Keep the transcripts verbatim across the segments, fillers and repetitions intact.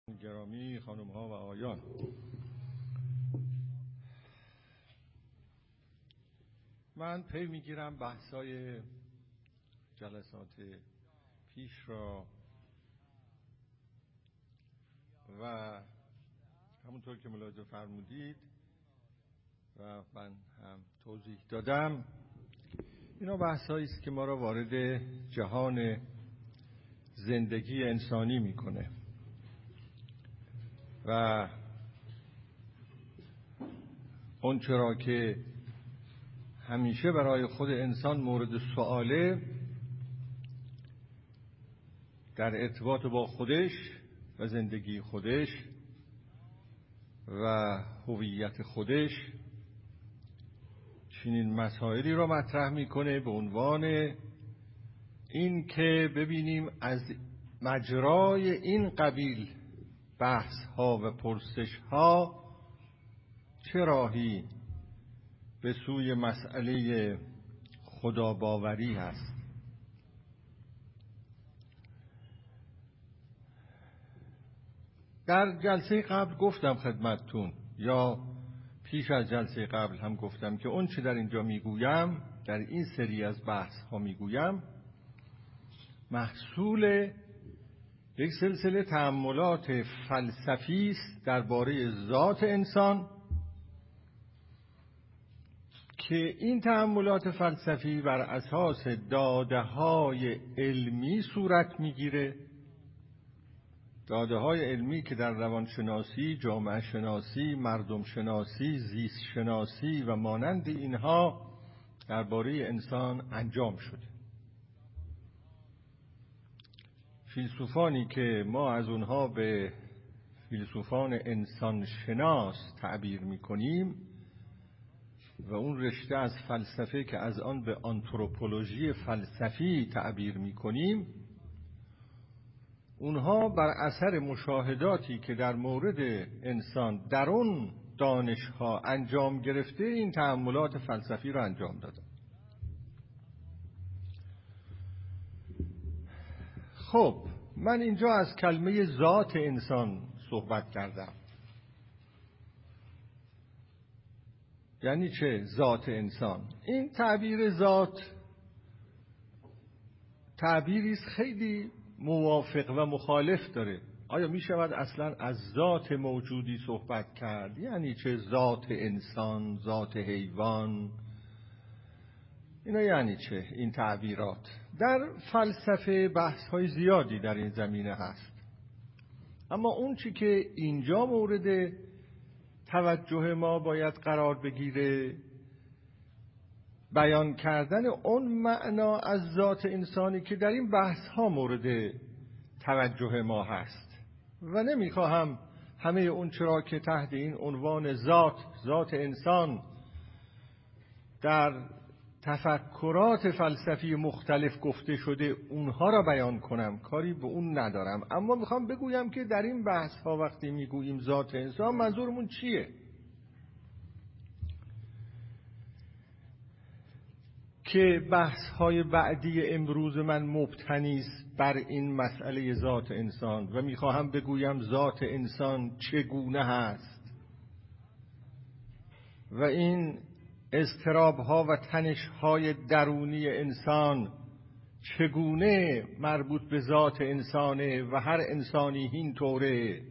گرامی خانم ها و آقایان، من پی میگیرم بحثای جلسات پیش را و همونطور که ملاحظه فرمودید و من هم توضیح دادم، اینا بحثایی است که ما را وارد جهان زندگی انسانی میکنه و اون چرا که همیشه برای خود انسان مورد سؤاله در ارتباط با خودش و زندگی خودش و هویت خودش، چنین مسائلی را مطرح میکنه به عنوان این که ببینیم از مجرای این قبیل بحث ها و پرسش ها چه راهی به سوی مسئله خداباوری هست. در جلسه قبل گفتم خدمتتون، یا پیش از جلسه قبل هم گفتم که اون چه در اینجا میگویم، در این سری از بحث ها میگویم، محصول یک سلسله تأملات فلسفی است درباره ذات انسان که این تأملات فلسفی بر اساس داده‌های علمی صورت میگیره، داده‌های علمی که در روانشناسی، جامعه شناسی، مردم شناسی، زیست شناسی و مانند اینها درباره انسان انجام شده. فیلسوفانی که ما از اونها به فیلسوفان انسان شناس تعبیر میکنیم و اون رشته از فلسفه که از آن به آنتروپولوژی فلسفی تعبیر میکنیم، اونها بر اثر مشاهداتی که در مورد انسان در اون دانش‌ها انجام گرفته این تأملات فلسفی را انجام دادن. خب من اینجا از کلمه ذات انسان صحبت کردم. یعنی چه ذات انسان؟ این تعبیر ذات تعبیری است خیلی موافق و مخالف داره. آیا می شود اصلا از ذات موجودی صحبت کرد؟ یعنی چه ذات انسان، ذات حیوان؟ اینا یعنی چه این تعبیرات؟ در فلسفه بحث های زیادی در این زمینه هست، اما اون چی که اینجا مورد توجه ما باید قرار بگیره بیان کردن اون معنا از ذات انسانی که در این بحث ها مورد توجه ما هست و نمیخواهم همه اون چرا که تحت این عنوان ذات ذات انسان در تفکرات فلسفی مختلف گفته شده اونها را بیان کنم، کاری به اون ندارم، اما میخوام بگویم که در این بحث ها وقتی میگوییم ذات انسان منظورمون چیه؟ که بحث های بعدی امروز من مبتنی است بر این مسئله ذات انسان و میخواهم بگویم ذات انسان چگونه هست و این اضطراب‌ها و تنش‌های درونی انسان چگونه مربوط به ذات انسانه و هر انسانی این طوره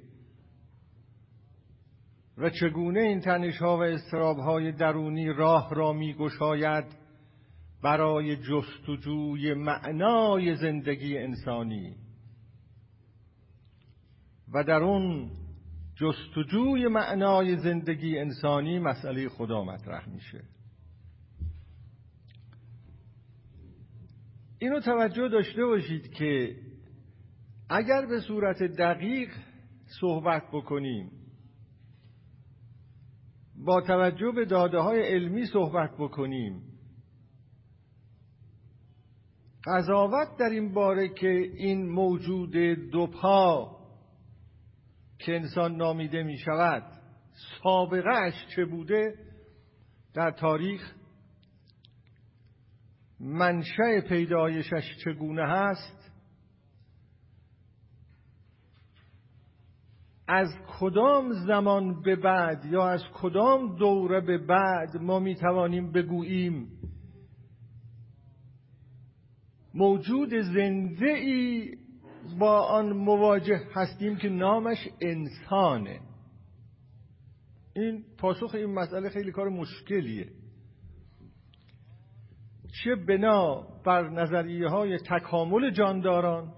و چگونه این تنش‌ها و اضطراب‌های درونی راه را می‌گشاید برای جستجوی معنای زندگی انسانی و در اون جستجوی معنای زندگی انسانی مسئله خدا مطرح میشه. اینو توجه داشته باشید که اگر به صورت دقیق صحبت بکنیم، با توجه به داده‌های علمی صحبت بکنیم، قضاوت در این باره که این موجود دوپا که انسان نامیده می شود سابقه اش چه بوده در تاریخ، منشأ پیدایشش چگونه هست، از کدام زمان به بعد یا از کدام دوره به بعد ما می توانیم بگوییم موجود زنده ای با آن مواجه هستیم که نامش انسانه؟ این پاسخ این مسئله خیلی کار مشکلیه. چه بنا بر نظریه های تکامل جانداران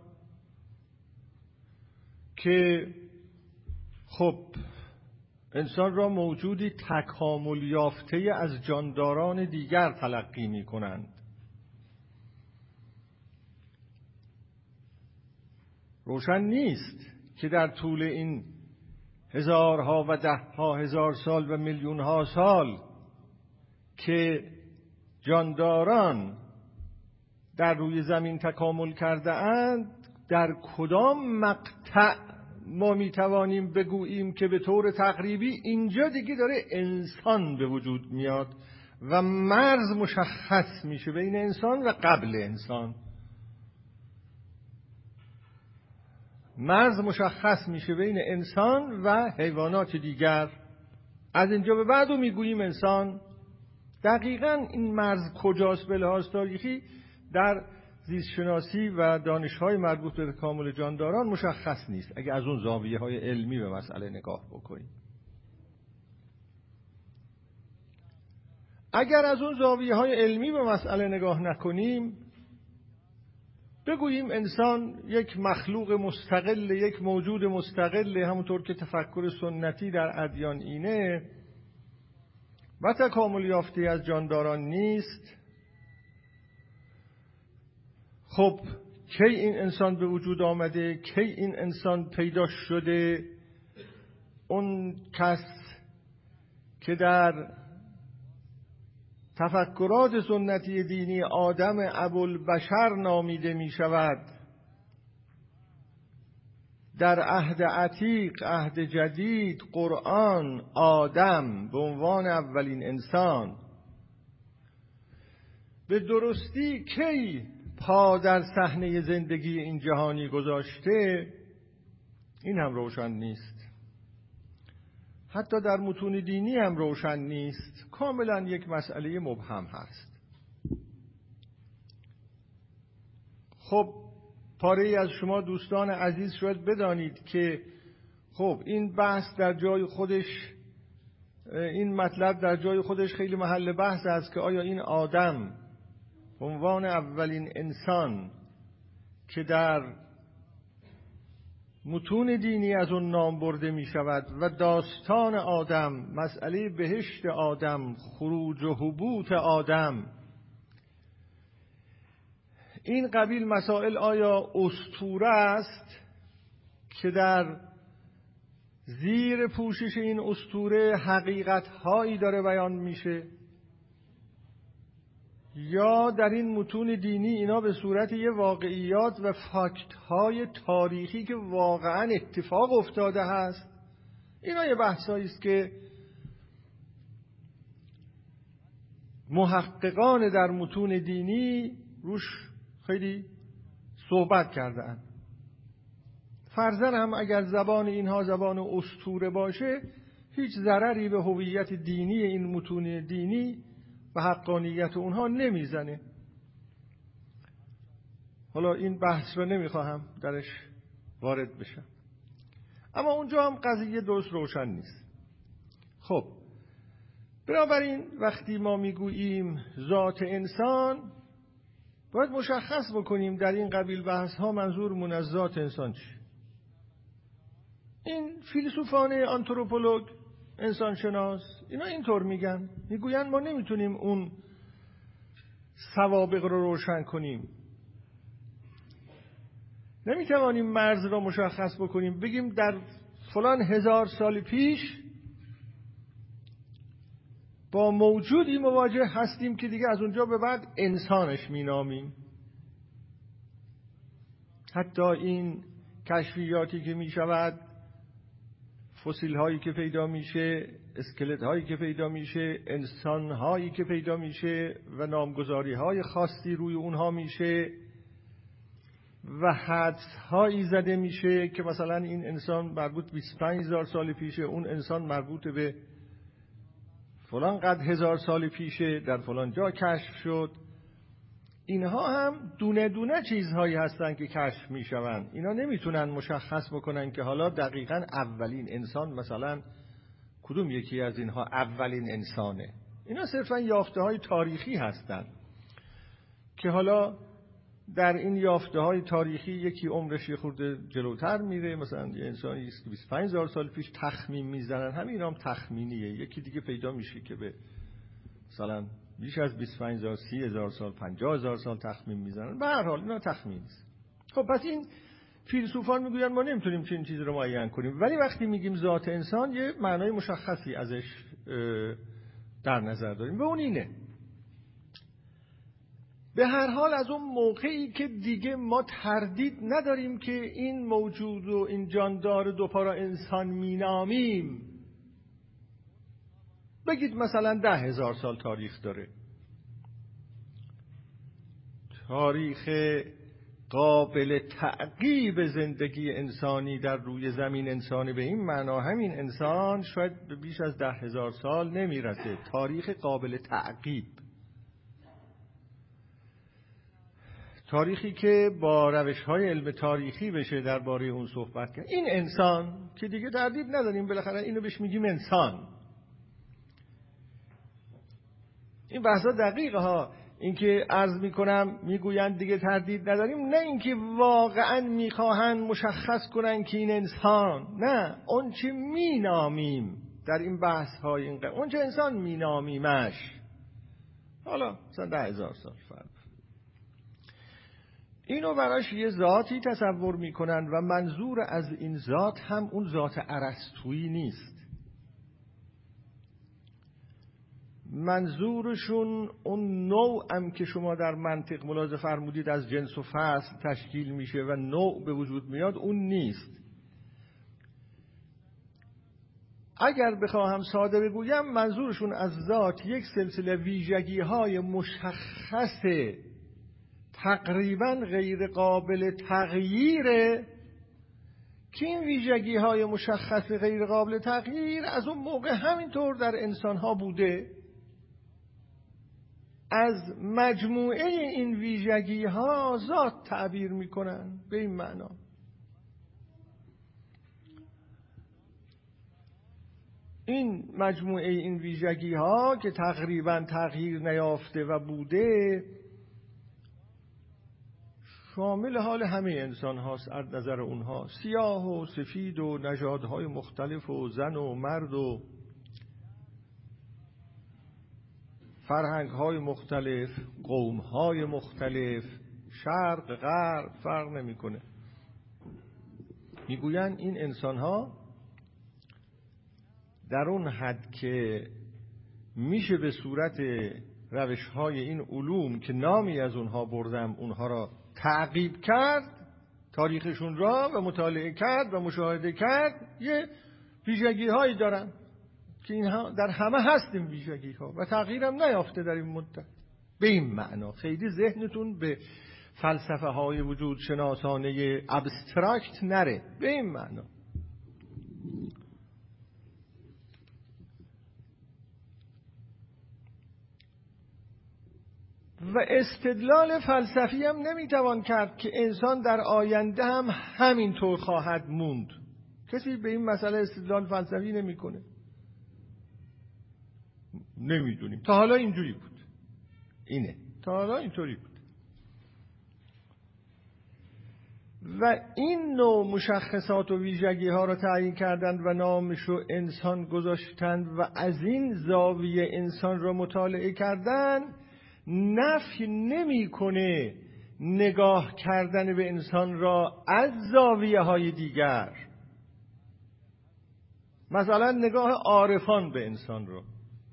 که خب انسان را موجودی تکامل یافته از جانداران دیگر تلقی می کنند. روشن نیست که در طول این هزارها و دهها هزار سال و میلیونها سال که جانداران در روی زمین تکامل کرده اند، در کدام مقطع ما می توانیم بگوییم که به طور تقریبی اینجا دیگه داره انسان به وجود میاد و مرز مشخص میشه بین انسان و قبل انسان. مرز مشخص میشه بین انسان و حیوانات دیگر. از اینجا به بعد رو میگوییم انسان. دقیقاً این مرز کجاست به لحاظ تاریخی در زیستشناسی و دانش‌های مربوط به تکامل جانداران مشخص نیست، اگه از اون زاویه‌های علمی به مسئله نگاه بکنیم. اگر از اون زاویه‌های علمی به مسئله نگاه نکنیم، بگوییم انسان یک مخلوق مستقل، یک موجود مستقل، همونطور که تفکر سنتی در ادیان اینه و تکامل یافته از جانداران نیست، خب کی این انسان به وجود آمده؟ کی این انسان پیدا شده؟ اون کس که در تفکرات سنتی دینی آدم ابوالبشر نامیده می شود، در عهد عتیق، عهد جدید، قرآن آدم به عنوان اولین انسان به درستی کی پا در صحنه زندگی این جهانی گذاشته، این هم روشن نیست. حتی در متون دینی هم روشن نیست. کاملا یک مسئله مبهم هست. خب پاره از شما دوستان عزیز شاید بدانید که خب این بحث در جای خودش، این مطلب در جای خودش خیلی محل بحث است که آیا این آدم عنوان اولین انسان که در متون دینی از اون نام برده می شود و داستان آدم، مسئله بهشت آدم، خروج و هبوط آدم، این قبیل مسائل آیا اسطوره است که در زیر پوشش این اسطوره حقیقت هایی داره بیان میشه، یا در این متون دینی اینا به صورت یه واقعیات و فاکت های تاریخی که واقعا اتفاق افتاده هست؟ اینا یه بحثایی است که محققان در متون دینی روش خیلی صحبت کردن. فرضاً هم اگر زبان اینها زبان اسطوره باشه، هیچ ضرری به هویت دینی این متون دینی و حقانیت اونها نمیزنه. حالا این بحث رو نمیخواهم درش وارد بشم، اما اونجا هم قضیه درست روشن نیست. خب بنابراین وقتی ما میگوییم ذات انسان، باید مشخص بکنیم در این قبیل بحث ها منظورمون از ذات انسان چی. این فیلسوفان آنتروپولوگ، انسان شناس، اینا اینطور میگن، میگوین ما نمیتونیم اون سوابق رو روشن کنیم، نمیتوانیم مرز رو مشخص بکنیم، بگیم در فلان هزار سال پیش با موجودی مواجه هستیم که دیگه از اونجا به بعد انسانش مینامیم. حتی این کشفیاتی که میشود، فسیل هایی که پیدا میشه، اسکلت هایی که پیدا میشه، انسان هایی که پیدا میشه و نامگذاری های خاصی روی اونها میشه، و حدس هایی زده میشه که مثلا این انسان مربوط به بیست و پنج هزار سال پیشه، اون انسان مربوط به فلان قد هزار سال پیشه، در فلان جا کشف شد. اینها هم دونه دونه چیزهایی هستن که کشف میشون. اینا نمیتونن مشخص بکنن که حالا دقیقاً اولین انسان مثلا کدوم یکی از اینها اولین انسانه. اینا صرفاً یافته های تاریخی هستن که حالا در این یافته های تاریخی یکی عمرش یه خورده جلوتر میره، مثلا یه انسانی است که بیست و پنج هزار سال پیش تخمین میزنن، همین هم تخمینیه. یکی دیگه پیدا میشه که به مثلا بیش از بیست و پنج هزار، سی هزار سال، پنجاه هزار سال تخمین میزنن. به هر حال اینا تخمین است. خب پس این فیلسوفان میگوین ما نمیتونیم چنین چیزی رو معین کنیم، ولی وقتی میگیم ذات انسان یه معنای مشخصی ازش در نظر داریم و اون اینه: به هر حال از اون موقعی که دیگه ما تردید نداریم که این موجود و این جاندار دوپارا انسان مینامیم، بگید مثلا ده هزار سال تاریخ داره، تاریخ قابل تعقیب زندگی انسانی در روی زمین انسانی، به این معنا همین انسان شاید به بیش از ده هزار سال نمیرسه. تاریخ قابل تعقیب، تاریخی که با روش‌های علم تاریخی بشه درباره اون صحبت کرد. این انسان که دیگه تردید نداریم بالاخره اینو بهش میگیم انسان. این بحثا دقیقه ها، اینکه عرض میکنم میگویند دیگه تردید نداریم، نه اینکه واقعا میخواهن مشخص کنن که این انسان، نه، اون چه مینامیم در این بحث های این اون چه انسان مینامیمش، حالا مثلا ده هزار سال فرق، اینو براش یه ذاتی تصور میکنن و منظور از این ذات هم اون ذات ارسطویی نیست. منظورشون اون نوع هم که شما در منطق ملاحظه فرمودید از جنس و فصل تشکیل میشه و نوع به وجود میاد، اون نیست. اگر بخواهم ساده بگویم، منظورشون از ذات یک سلسله ویژگی های مشخص تقریبا غیر قابل تغییره که این ویژگی های مشخص غیر قابل تغییر از اون موقع همینطور در انسان ها بوده. از مجموعه این ویژگی ها ذات تعبیر میکنن به این معنا. این مجموعه این ویژگی ها که تقریبا تغییر نیافته و بوده، شامل حال همه انسان هاست. از نظر اونها سیاه و سفید و نژادهای مختلف و زن و مرد و فرهنگ های مختلف، قوم های مختلف، شرق غرب فرق نمیکنه. میگوین این انسان ها در اون حد که میشه به صورت روش های این علوم که نامی از اونها بردم اونها را تعقیب کرد، تاریخشون را و مطالعه کرد و مشاهده کرد، یه ویژگی هایی دارن که اینها در همه هست این ویژگی ها و تغییرم نیافته در این مدت. به این معنا خیلی ذهنتون به فلسفه های وجود شناسانه ابسترکت نره، به این معنا. و استدلال فلسفی هم نمیتوان کرد که انسان در آینده هم همینطور خواهد موند. کسی به این مسئله استدلال فلسفی نمیکنه. نمیدونیم، تا حالا اینجوری بود، اینه تا حالا اینطوری بود. و این نوع مشخصات و ویژگی ها را تعیین کردند و نامشو انسان گذاشتند و از این زاویه انسان را مطالعه کردند، نفی نمی‌کنه نگاه کردن به انسان را از زاویه های دیگر، مثلا نگاه عارفان به انسان را،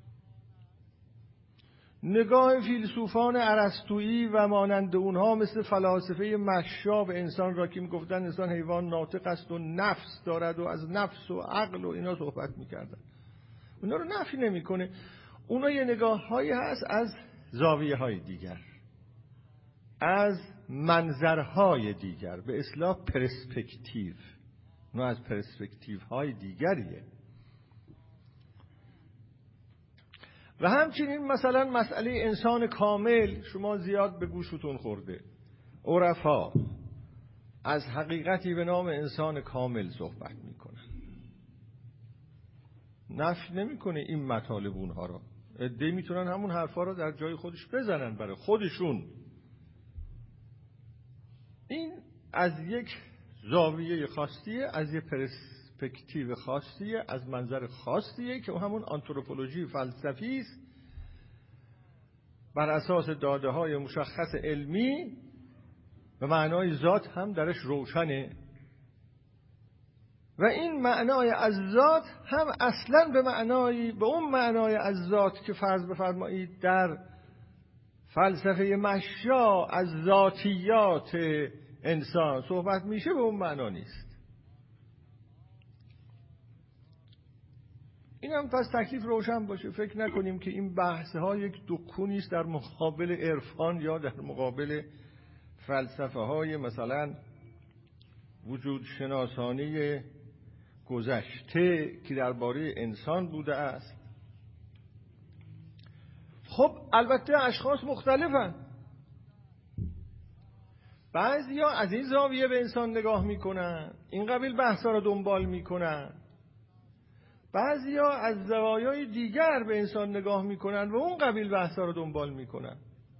نگاه فیلسوفان ارسطویی و مانند اونها مثل فلاسفه مشا به انسان را که میگفتن انسان حیوان ناطق است و نفس دارد و از نفس و عقل و اینا صحبت میکردن. اونا رو نفی نمیکنه. اونا یه نگاه هایی هست از زاویه های دیگر، از منظرهای دیگر، به اصطلاح پرسپکتیو. نوع از پرسپکتیو های دیگریه. و همچنین مثلا مسئله انسان کامل شما زیاد به گوشتون خورده. عرفا از حقیقتی به نام انسان کامل صحبت میکنن. نفی نمیکنه این مطالب اونها را. عده‌ای میتونن همون حرفا را در جای خودش بزنن برای خودشون. این از یک زاویه خاصیه، از یک پرسپکتیو خاصیه، از منظر خاصیه که همون آنتروپولوژی فلسفی است، بر اساس داده های مشخص علمی و معنای ذات هم درش روشنه. و این معنای از ذات هم اصلا به معنای به اون معنای از ذات که فرض بفرمایید در فلسفه مشا از ذاتیات انسان صحبت میشه به اون معنا نیست. این هم پس تکلیف روشن باشه. فکر نکنیم که این بحث ها یک دکونی است در مقابل عرفان یا در مقابل فلسفه های مثلا وجود شناسانی گذشته که درباره انسان بوده است. خب البته اشخاص مختلفن. بعضیا از این زاویه به انسان نگاه میکنن، این قبیل بحثا رو دنبال میکنن. بعضیا از زوایای دیگر به انسان نگاه میکنن و اون قبیل بحثا رو دنبال میکنن.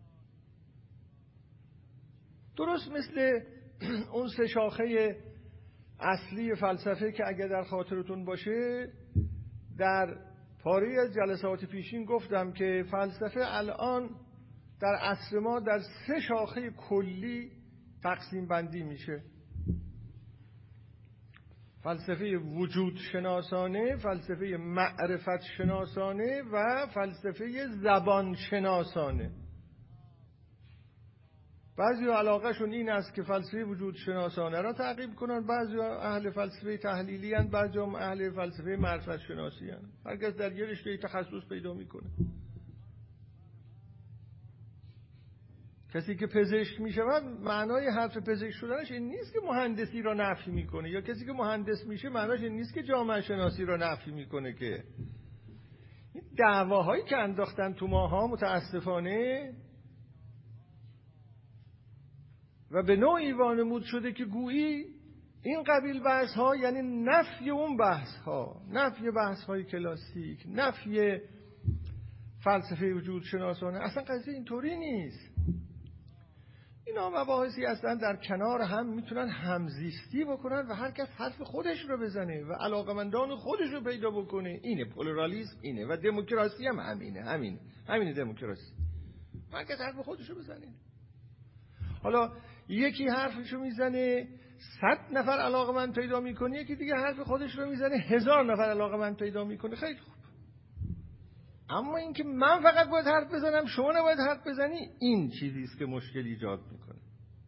درست مثل اون سه شاخه اصلی فلسفه که اگر در خاطرتون باشه در پاره از جلسات پیشین گفتم که فلسفه الان در عصر ما در سه شاخه کلی تقسیم بندی میشه. فلسفه وجود شناسانه، فلسفه معرفت شناسانه و فلسفه زبان شناسانه. بعضی علاقهشون این است که فلسفه وجود شناسانه را تعقیب کنن، بعضی اهل فلسفه تحلیلی هستند، بعضی هم اهل فلسفه معرفت شناسی هستند. هر کس در یه رشته تخصص پیدا میکنه. کسی که پزشک میشود معنای حرف پزشک شدنش این نیست که مهندسی را نفی میکنه، یا کسی که مهندس میشه معناش این نیست که جامعه شناسی را نفی میکنه. که این دعواهایی که انداختن تو ماها متاسفانه و به نوعی وانمود شده که گویی این قبیل بحث ها یعنی نفی اون بحث ها، نفی بحث های کلاسیک، نفی فلسفه وجود شناسانه. اصلا قضیه اینطوری نیست. اینا مباحثی هستن در کنار هم میتونن همزیستی بکنن و هر کس حرف خودش رو بزنه و علاقمندان خودش رو پیدا بکنه. اینه پلورالیسم، اینه. و دموکراسی هم همینه، همینه همینه دموکراسی. هر کس حرف خودش رو بزنه. حالا یکی حرفشو میزنه صد نفر علاقمند پیدا میکنه، یکی دیگه حرف خودش رو میزنه هزار نفر علاقمند پیدا میکنه. خیلی خوب. اما اینکه من فقط باید حرف بزنم شما نباید حرف بزنی، این چیزی است که مشکل ایجاد میکنه.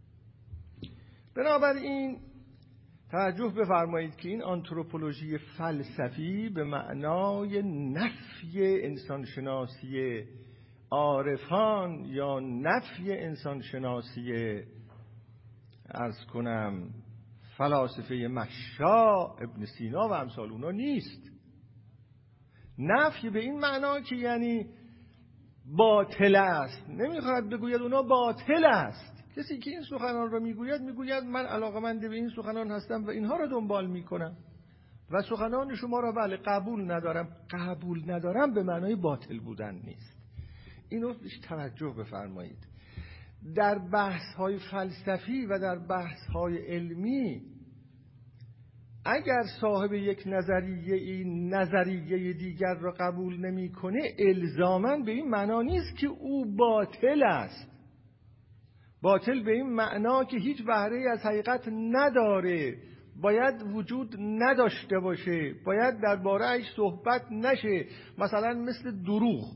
بنابراین توجه بفرمایید که این آنتروپولوژی فلسفی به معنای نفی انسانشناسی عارفان یا نفی انسانشناسی عرض کنم فلاسفه مشا ابن سینا و امثال اونا نیست. نفی به این معنا که یعنی باطل است. نمیخواد بگوید اونا باطل است. کسی که این سخنان رو میگوید میگوید من علاقمند به این سخنان هستم و اینها رو دنبال میکنم و سخنان شما را بله قبول ندارم. قبول ندارم به معنای باطل بودن نیست. اینو توجه بفرمایید. در بحث های فلسفی و در بحث های علمی اگر صاحب یک نظریه این نظریه دیگر را قبول نمیکنه الزاماً به این معنا نیست که او باطل است. باطل به این معنا که هیچ بهره‌ای از حقیقت نداره، باید وجود نداشته باشه، باید درباره‌اش صحبت نشه. مثلا مثل دروغ.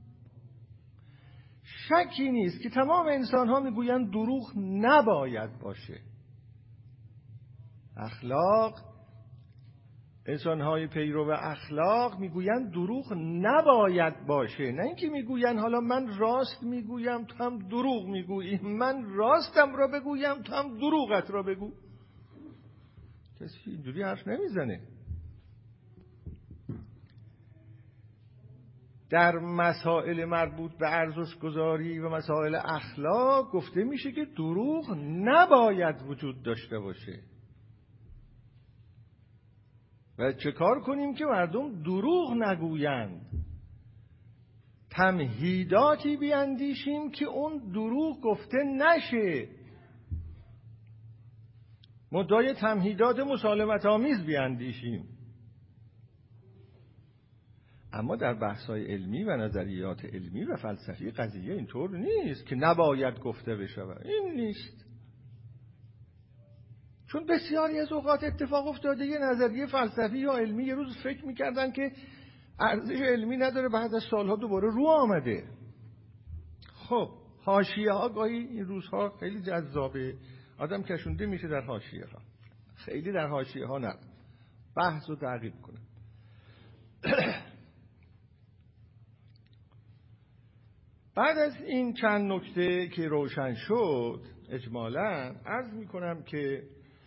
شکی نیست که تمام انسان ها میگویند دروغ نباید باشه. اخلاق انسان‌های پیرو اخلاق میگویند دروغ نباید باشه، نه اینکه میگویند حالا من راست میگویم تو هم دروغ میگویی، من راستم را بگویم تو هم دروغت را بگو. کسی اینجوری حرف نمیزنه. در مسائل مربوط به ارزش‌گذاری و مسائل اخلاق گفته میشه که دروغ نباید وجود داشته باشه. و چه کار کنیم که مردم دروغ نگویند؟ تمهیداتی بیاندیشیم که اون دروغ گفته نشه. مدعای تمهیدات مسالمت آمیز بیاندیشیم. اما در بحث‌های علمی و نظریات علمی و فلسفی قضیه اینطور نیست که نباید گفته بشود. این نیست. چون بسیاری از اوقات اتفاق افتاده یه نظریه فلسفی یا علمی یه روز فکر می‌کردن که ارزش علمی نداره، بعد از سالها دوباره رو آمده. خب حاشیه‌ها گاهی این روزها خیلی جذابه، آدم کشونده میشه در حاشیه‌ها. خیلی در حاشیه‌ها نه، بحث رو تعقیب کنه. بعد از این چند نکته که روشن شد اجمالاً عرض می‌کنم که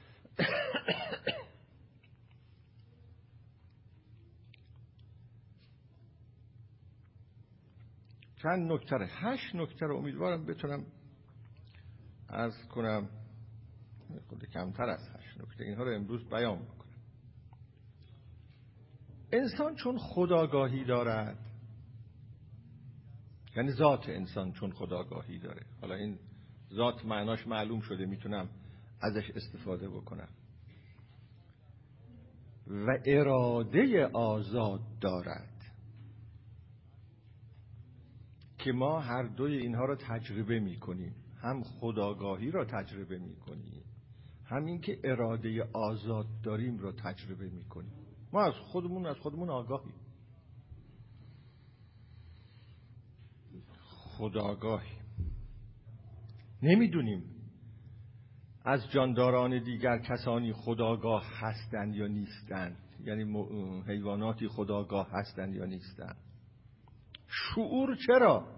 چند نکته رو هشت نکته رو امیدوارم بتونم عرض کنم، خود کمتر از هشت نکته اینها رو امروز بیان بکنم. انسان چون خودآگاهی دارد، یعنی ذات انسان چون خودآگاهی داره، حالا این ذات معناش معلوم شده، میتونم ازش استفاده بکنم، و اراده آزاد دارد که ما هر دوی اینها رو تجربه میکنیم، هم خودآگاهی را تجربه میکنیم، همین که اراده آزاد داریم را تجربه میکنیم. ما از خودمون از خودمون آگاهیم، خودآگاهیم، نمیدونیم از جانداران دیگر کسانی خودآگاه هستند یا نیستند، یعنی حیواناتی خودآگاه هستند یا نیستند. شعور چرا؟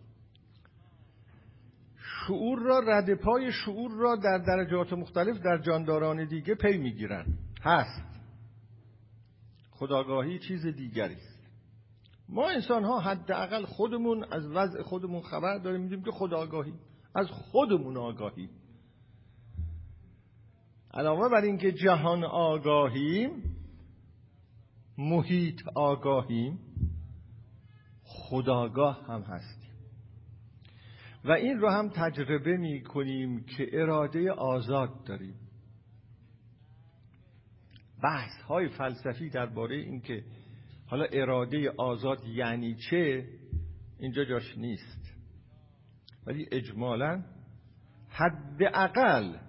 شعور را، رد پای شعور را در درجات مختلف در جانداران دیگه پی میگیرن. هست. خودآگاهی چیز دیگری است. ما انسان ها حداقل خودمون از وضع خودمون خبر داریم، میدونیم که خودآگاهی، از خودمون آگاهی. علاوه بر این که جهان آگاهیم، محیط آگاهیم، خودآگاه هم هستیم و این رو هم تجربه می کنیم که اراده آزاد داریم. بحث های فلسفی درباره این که حالا اراده آزاد یعنی چه اینجا جاش نیست، ولی اجمالاً حداقل،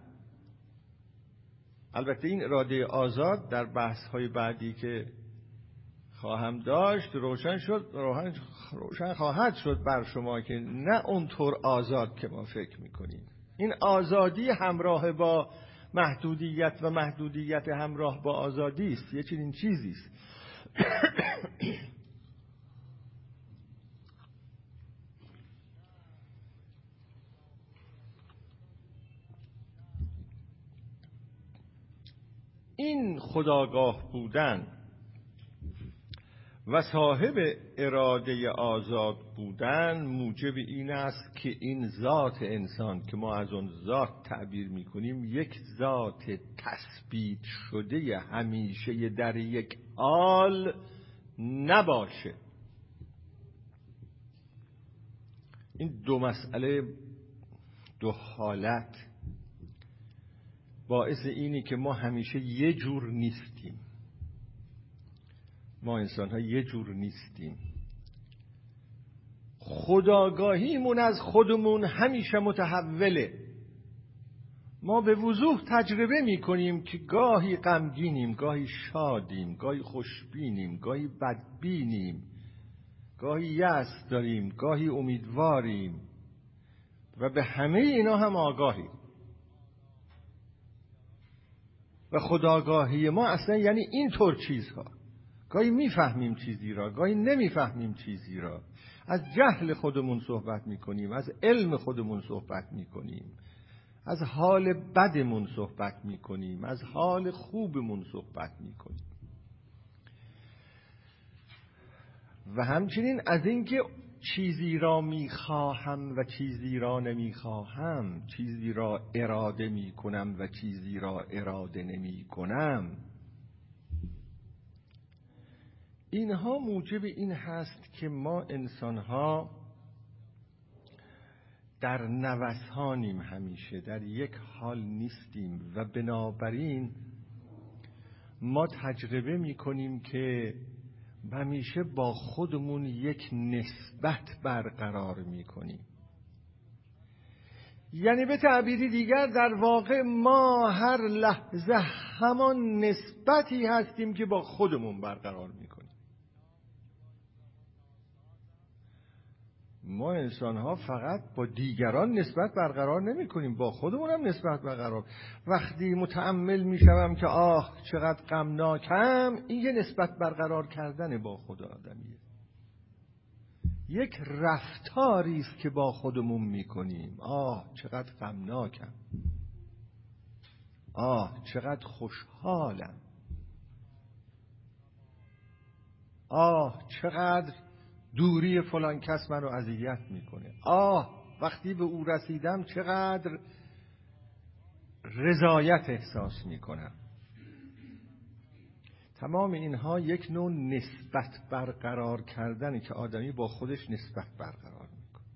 البته این اراده آزاد در بحث های بعدی که خواهم داشت روشن شد، روشن خواهد شد بر شما که نه اونطور آزاد که ما فکر میکنیم. این آزادی همراه با محدودیت و محدودیت همراه با آزادی است، یه چنین چیزی است. این خودآگاه بودن و صاحب اراده آزاد بودن موجب این است که این ذات انسان که ما از اون ذات تعبیر میکنیم یک ذات تثبیت شده همیشه در یک حال نباشه. این دو مسئله، دو حالت باعث اینی که ما همیشه یه جور نیستیم. ما انسان ها یه جور نیستیم. خودآگاهیمون از خودمون همیشه متحوله. ما به وضوح تجربه می کنیم که گاهی غمگینیم، گاهی شادیم، گاهی خوشبینیم، گاهی بدبینیم، گاهی یأس داریم، گاهی امیدواریم و به همه اینا هم آگاهیم. و خودآگاهی ما اصلا یعنی این طور چیزها. گاهی میفهمیم چیزی را، گاهی نمیفهمیم چیزی را. از جهل خودمون صحبت میکنیم، از علم خودمون صحبت میکنیم، از حال بدمون صحبت میکنیم، از حال خوبمون صحبت میکنیم و همچنین از اینکه چیزی را میخواهم و چیزی را نمیخواهم، چیزی را اراده میکنم و چیزی را اراده نمیکنم. اینها موجب این هست که ما انسانها در نوسانیم، همیشه در یک حال نیستیم و بنابراین ما تجربه میکنیم که همیشه با خودمون یک نسبت برقرار میکنیم. یعنی به تعبیری دیگر در واقع ما هر لحظه همان نسبتی هستیم که با خودمون برقرار میکنیم. ما انسان ها فقط با دیگران نسبت برقرار نمی کنیم، با خودمون هم نسبت برقرار. وقتی متأمل می شوم که آه چقدر غمناکم، این یه نسبت برقرار کردن با خود آدمیه. یک رفتاری است که با خودمون می کنیم. آه چقدر غمناکم، آه چقدر خوشحالم، آه چقدر دوری فلان کس منو اذیت میکنه، آه وقتی به او رسیدم چقدر رضایت احساس میکنم. تمام اینها یک نوع نسبت برقرار کردنه که آدمی با خودش نسبت برقرار میکنه.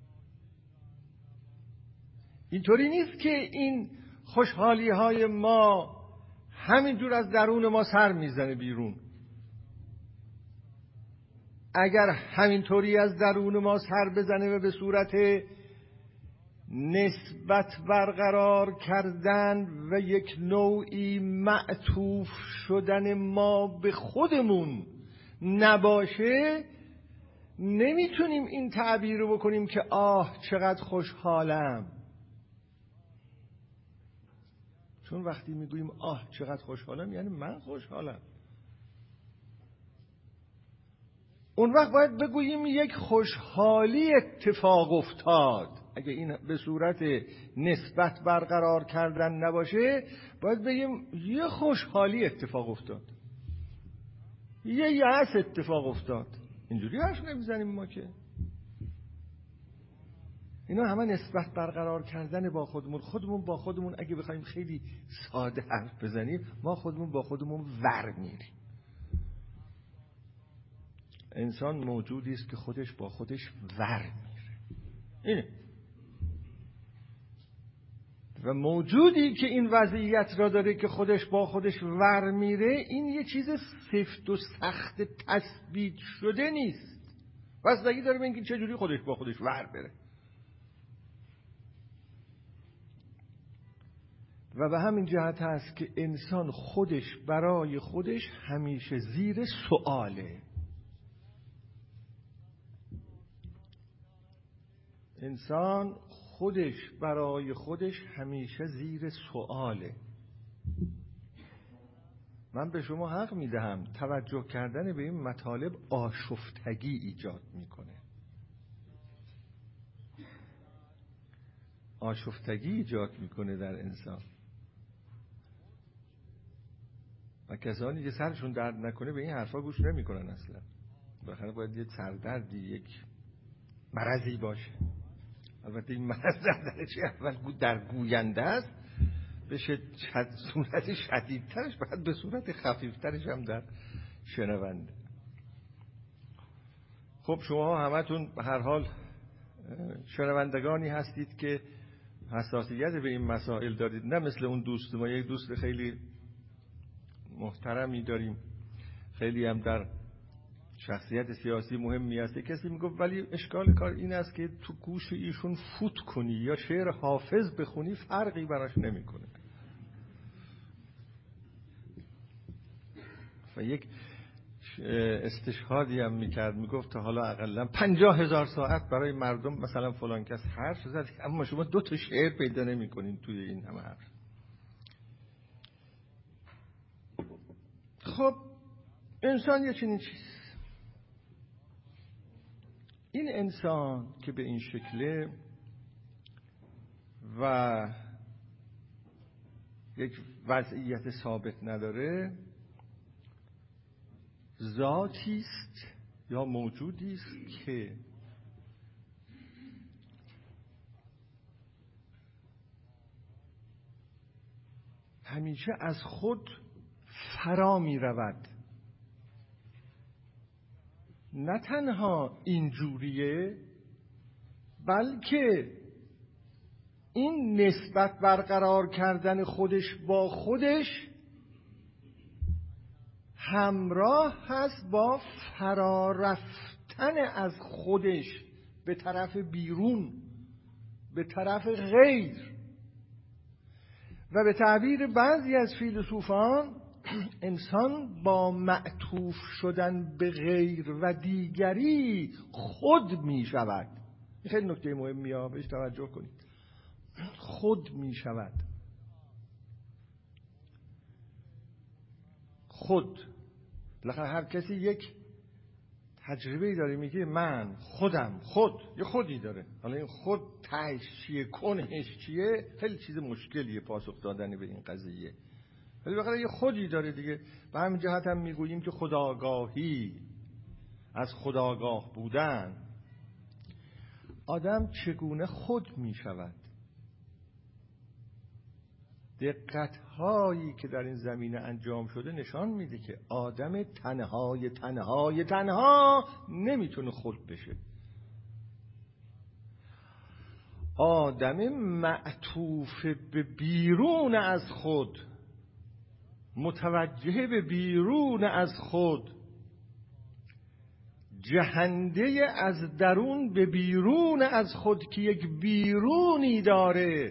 اینطوری نیست که این خوشحالی های ما همینجور از درون ما سر میزنه بیرون. اگر همینطوری از درون ما سر بزنه و به صورت نسبت برقرار کردن و یک نوعی معطوف شدن ما به خودمون نباشه، نمیتونیم این تعبیر رو بکنیم که آه چقدر خوشحالم. چون وقتی میگوییم آه چقدر خوشحالم یعنی من خوشحالم. اون وقت باید بگوییم یک خوشحالی اتفاق افتاد. اگه این به صورت نسبت برقرار کردن نباشه، باید بگیم یه خوشحالی اتفاق افتاد، یه یأس اتفاق افتاد. اینجوری حرف نمیزنیم ما که. اینا همه نسبت برقرار کردن با خودمون. خودمون با خودمون اگه بخوایم خیلی ساده حرف بزنیم، ما خودمون با خودمون ور میریم. انسان موجودی است که خودش با خودش ور میره. اینه. و موجودی که این وضعیت را داره که خودش با خودش ور میره، این یه چیز سفت و سخت تثبیت شده نیست. بستگی داره به اینکه چجوری خودش با خودش ور بره. و به همین جهت هست که انسان خودش برای خودش همیشه زیر سؤاله. انسان خودش برای خودش همیشه زیر سؤاله. من به شما حق میدهم توجه کردن به این مطالب آشفتگی ایجاد میکنه. آشفتگی ایجاد میکنه در انسان. و کسانی که سرشون درد نکنه به این حرفا گوش نمیکنن اصلا. بالاخره باید یه سردردی، یک مرضی باشه. البته این مرض در درجه اول در گوینده است، به صورت شدیدترش بعد به صورت خفیفترش هم در شنونده. خب شما همتون به هر حال شنوندگانی هستید که حساسیت به این مسائل دارید، نه مثل اون دوست ما. یک دوست خیلی محترمی داریم، خیلی هم در شخصیت سیاسی مهمی است. کسی میگفت ولی اشکال کار این است که تو گوش ایشون فوت کنی یا شعر حافظ بخونی فرقی براش نمیکنه. و یک استشهادی هم میکرد، میگفت تا حالا اقلا پنجاه هزار ساعت برای مردم مثلا فلان کس حرف زد، اما شما دو تا شعر پیدا نمیکنین توی این همه حرف. خب انسان یه چنین چیز. این انسان که به این شکله و یک وضعیت ثابت نداره، ذاتی است یا موجودی است که همیشه از خود فرا می رود. نه تنها اینجوریه، بلکه این نسبت برقرار کردن خودش با خودش همراه هست با فرا رفتن از خودش به طرف بیرون، به طرف غیر. و به تعبیر بعضی از فیلسوفان، انسان با معطوف شدن به غیر و دیگری خود می شود. این خیلی نکته مهمیه، بهش توجه کنید. خود می شود. خود. بالاخره هر کسی یک تجربه‌ای داره، میگه من خودم، خود یه خودی داره. حالا این خود تهش چیه، کنهش چیه، خیلی چیز مشکلیه پاسخ دادن به این قضیه. ولی بالاخره یه خودی داره دیگه. به همین جهت هم میگوییم که خودآگاهی، از خودآگاه بودن، آدم چگونه خود میشود. دقت‌هایی که در این زمینه انجام شده نشان میده که آدم تنهای تنهای تنها نمیتونه خود بشه. آدم معطوف به بیرون از خود، متوجه به بیرون از خود، جهنده از درون به بیرون از خود که یک بیرونی داره،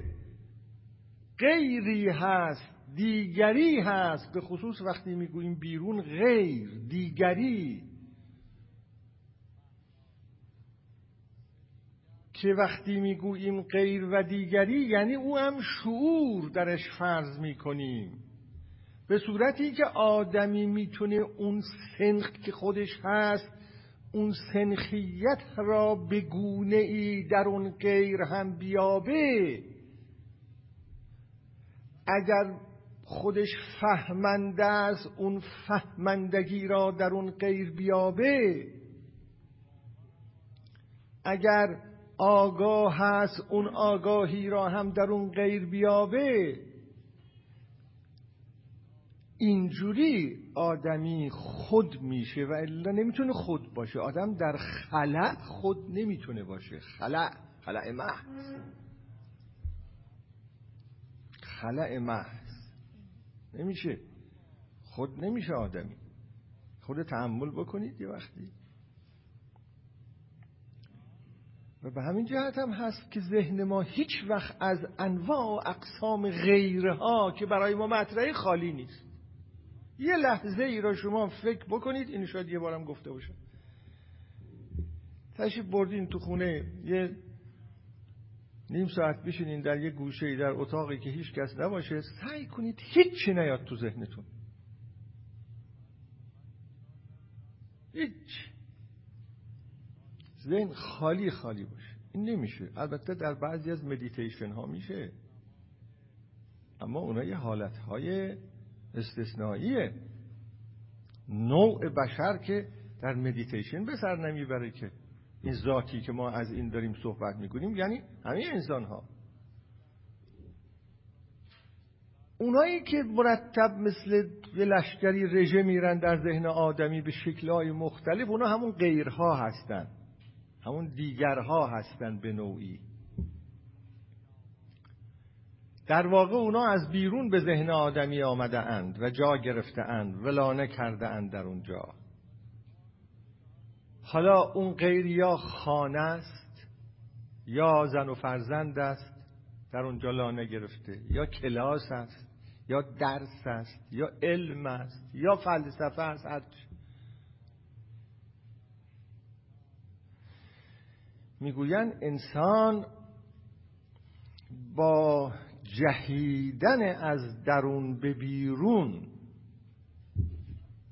غیری هست، دیگری هست. به خصوص وقتی میگوییم بیرون، غیر، دیگری، که وقتی میگوییم غیر و دیگری یعنی او هم شعور درش فرض میکنیم، به صورتی که آدمی میتونه اون سنخ که خودش هست، اون سنخیت را به گونه ای در اون غیر هم بیابه. اگر خودش فهمنده است، اون فهمندگی را در اون غیر بیابه. اگر آگاه هست، اون آگاهی را هم در اون غیر بیابه. اینجوری آدمی خود میشه و الا نمیتونه خود باشه. آدم در خلأ خود نمیتونه باشه. خلأ، خلأ محض، خلأ محض نمیشه، خود نمیشه آدمی. خود تأمل بکنید یه وقتی. و به همین جهت هم هست که ذهن ما هیچ وقت از انواع و اقسام غیرها که برای ما مطرحه خالی نیست. یه لحظه ای را شما فکر بکنید، این شاید یه بارم گفته باشه، تشریف بردین تو خونه، یه نیم ساعت بشینین در یه گوشه‌ای در اتاقی که هیچ کس نباشه، سعی کنید هیچی نیاد تو ذهنتون. هیچ. ذهن خالی خالی باشه. این نمیشه. البته در بعضی از مدیتیشن ها میشه، اما اونا یه حالت های استثنائیه. نوع بشر که در مدیتیشن به سر نمیبره که این ذاتی که ما از این داریم صحبت میکنیم، یعنی همه انسان ها. اونایی که مرتب مثل یه لشکری رژه میرن در ذهن آدمی به شکل‌های مختلف، اونا همون غیرها هستن، همون دیگرها هستن به نوعی. در واقع اونا از بیرون به ذهن آدمی آمده اند و جا گرفته اند، ولانه کرده اند در اونجا. حالا اون غیر یا خانه است، یا زن و فرزند است در اونجا لانه گرفته، یا کلاس است، یا درس است، یا علم است، یا فلسفه است. هرچی میگوین انسان با جهیدن از درون به بیرون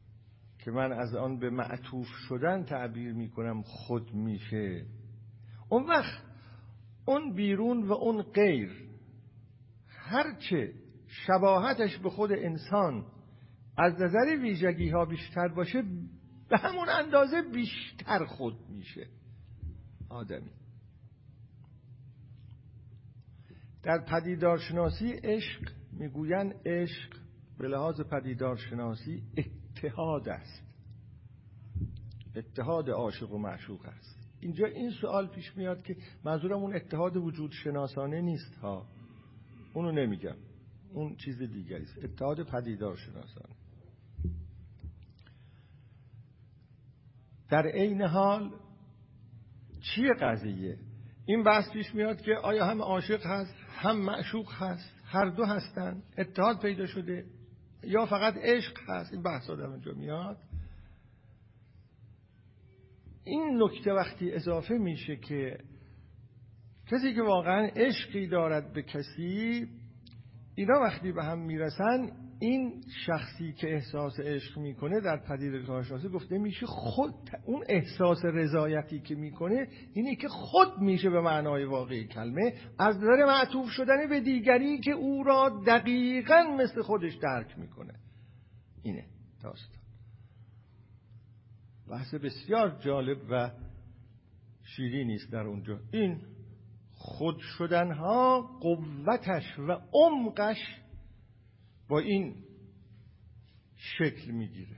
که من از آن به معطوف شدن تعبیر میکنم خود میشه، اون وقت اون بیرون و اون غیر هرچه شباهتش به خود انسان از نظر ویژگی ها بیشتر باشه به همون اندازه بیشتر خود میشه آدمی. در پدیدارشناسی عشق میگویند عشق به لحاظ پدیدارشناسی اتحاد است، اتحاد عاشق و معشوق است. اینجا این سوال پیش میاد که منظورم اون اتحاد وجود شناسانه نیست ها، اونو نمیگم، اون چیز دیگری است، اتحاد پدیدارشناسانه. در عین حال چیه قضیه؟ این بحث پیش میاد که آیا هم عاشق هست هم معشوق هست، هر دو هستن، اتحاد پیدا شده، یا فقط عشق هست؟ این بحث ها در اونجا میاد. این نکته وقتی اضافه میشه که کسی که واقعا عشقی دارد به کسی، اینا وقتی به هم میرسن، این شخصی که احساس عشق میکنه در پدیدارشناسی گفته میشه خود، اون احساس رضایتی که میکنه اینی که خود میشه به معنای واقعی کلمه، از نظر معطوف شدن به دیگری که او را دقیقاً مثل خودش درک میکنه. اینه داستان. بحث بسیار جالب و شیرینی است در اونجا. این خود شدنها قوتش و عمقش با این شکل میگیره.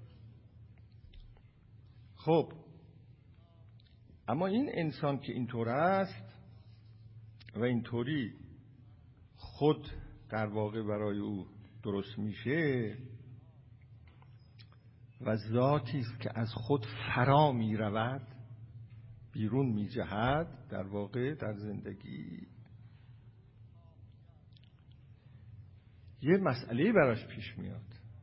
خب اما این انسان که اینطور است و اینطوری خود در واقع برای او درست میشه و ذاتی است که از خود فرا می رود، بیرون می جهد، در واقع در زندگی یه مسئله براش پیش میاد،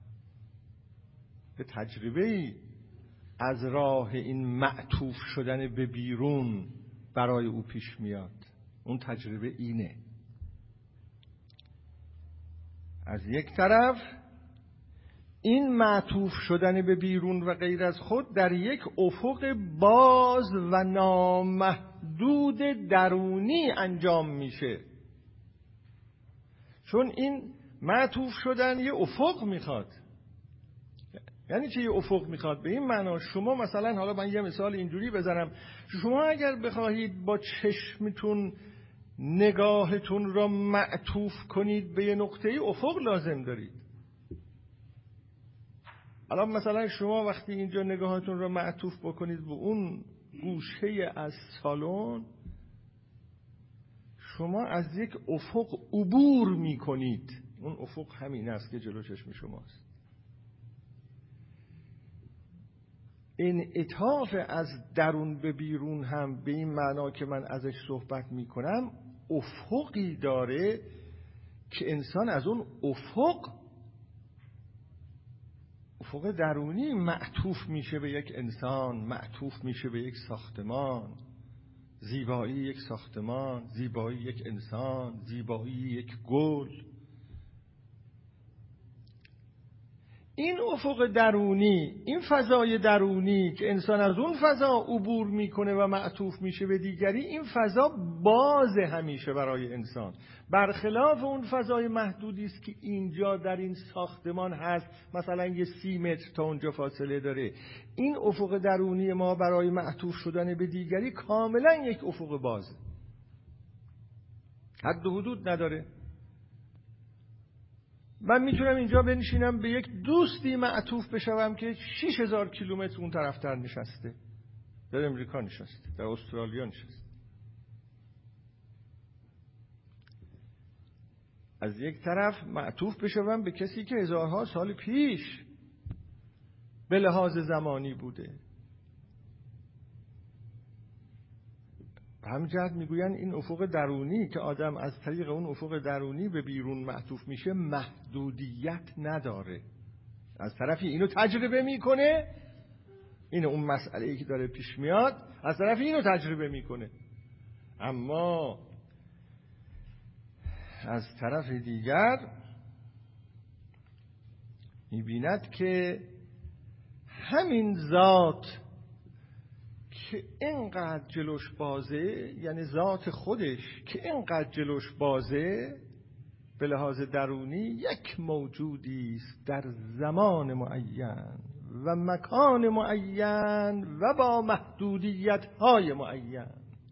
به تجربه‌ای از راه این معطوف شدن به بیرون برای او پیش میاد. اون تجربه اینه: از یک طرف این معطوف شدن به بیرون و غیر از خود در یک افق باز و نامحدود درونی انجام میشه. چون این معطوف شدن یه افق میخواد. یعنی چه یه افق میخواد؟ به این معنا شما مثلا، حالا من یه مثال اینجوری بزنم، شما اگر بخواهید با چشمتون نگاهتون را معطوف کنید به یه نقطه افق لازم دارید. الان مثلا شما وقتی اینجا نگاهتون را معطوف بکنید به اون گوشه از سالن، شما از یک افق عبور میکنید. اون افق همین است که جلو چشم شماست. انعطاف از درون به بیرون هم به این معنا که من ازش صحبت میکنم افقی داره که انسان از اون افق افق درونی معطوف میشه به یک انسان، معطوف میشه به یک ساختمان، زیبایی یک ساختمان، زیبایی یک انسان، زیبایی یک گل. این افق درونی، این فضای درونی که انسان از اون فضا عبور میکنه و معطوف میشه به دیگری، این فضا باز همیشه برای انسان، برخلاف اون فضای محدودی است که اینجا در این ساختمان هست، مثلا یه سی متر تا اونجا فاصله داره. این افق درونی ما برای معطوف شدن به دیگری کاملا یک افق بازه، حد و حدود نداره. من میتونم اینجا بنشینم به یک دوستی معطوف بشوم که شش هزار کیلومتر اون طرفتر نشسته، در امریکا نشسته، در استرالیا نشسته. از یک طرف معطوف بشوم به کسی که هزارها سال پیش به لحاظ زمانی بوده. همین جهت میگوین این افق درونی که آدم از طریق اون افق درونی به بیرون معطوف میشه محدودیت نداره. از طرفی اینو تجربه میکنه، اینه اون مسئله‌ای که داره پیش میاد، از طرفی اینو تجربه میکنه، اما از طرف دیگر میبیند که همین ذات که اینقدر جلوش بازه، یعنی ذات خودش که اینقدر جلوش بازه، به لحاظ درونی یک موجودی است در زمان معین و مکان معین و با محدودیت‌های معین.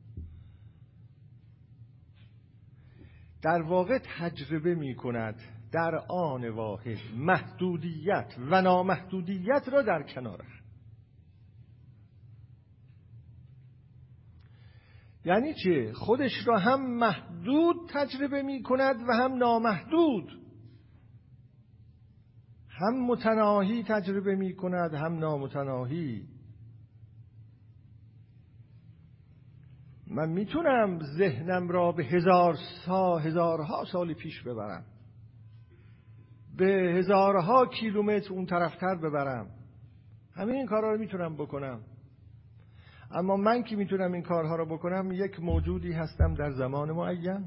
در واقع تجربه می‌کند در آن واحد محدودیت و نامحدودیت را در کنار هم. یعنی چه؟ خودش را هم محدود تجربه می کند و هم نامحدود، هم متناهی تجربه می کند هم نامتناهی. من میتونم ذهنم را به هزار سا هزارها سال پیش ببرم، به هزارها کیلومتر اون طرفتر ببرم، همین این کارها رو میتونم بکنم. اما من که میتونم این کارها رو بکنم، یک موجودی هستم در زمان معین.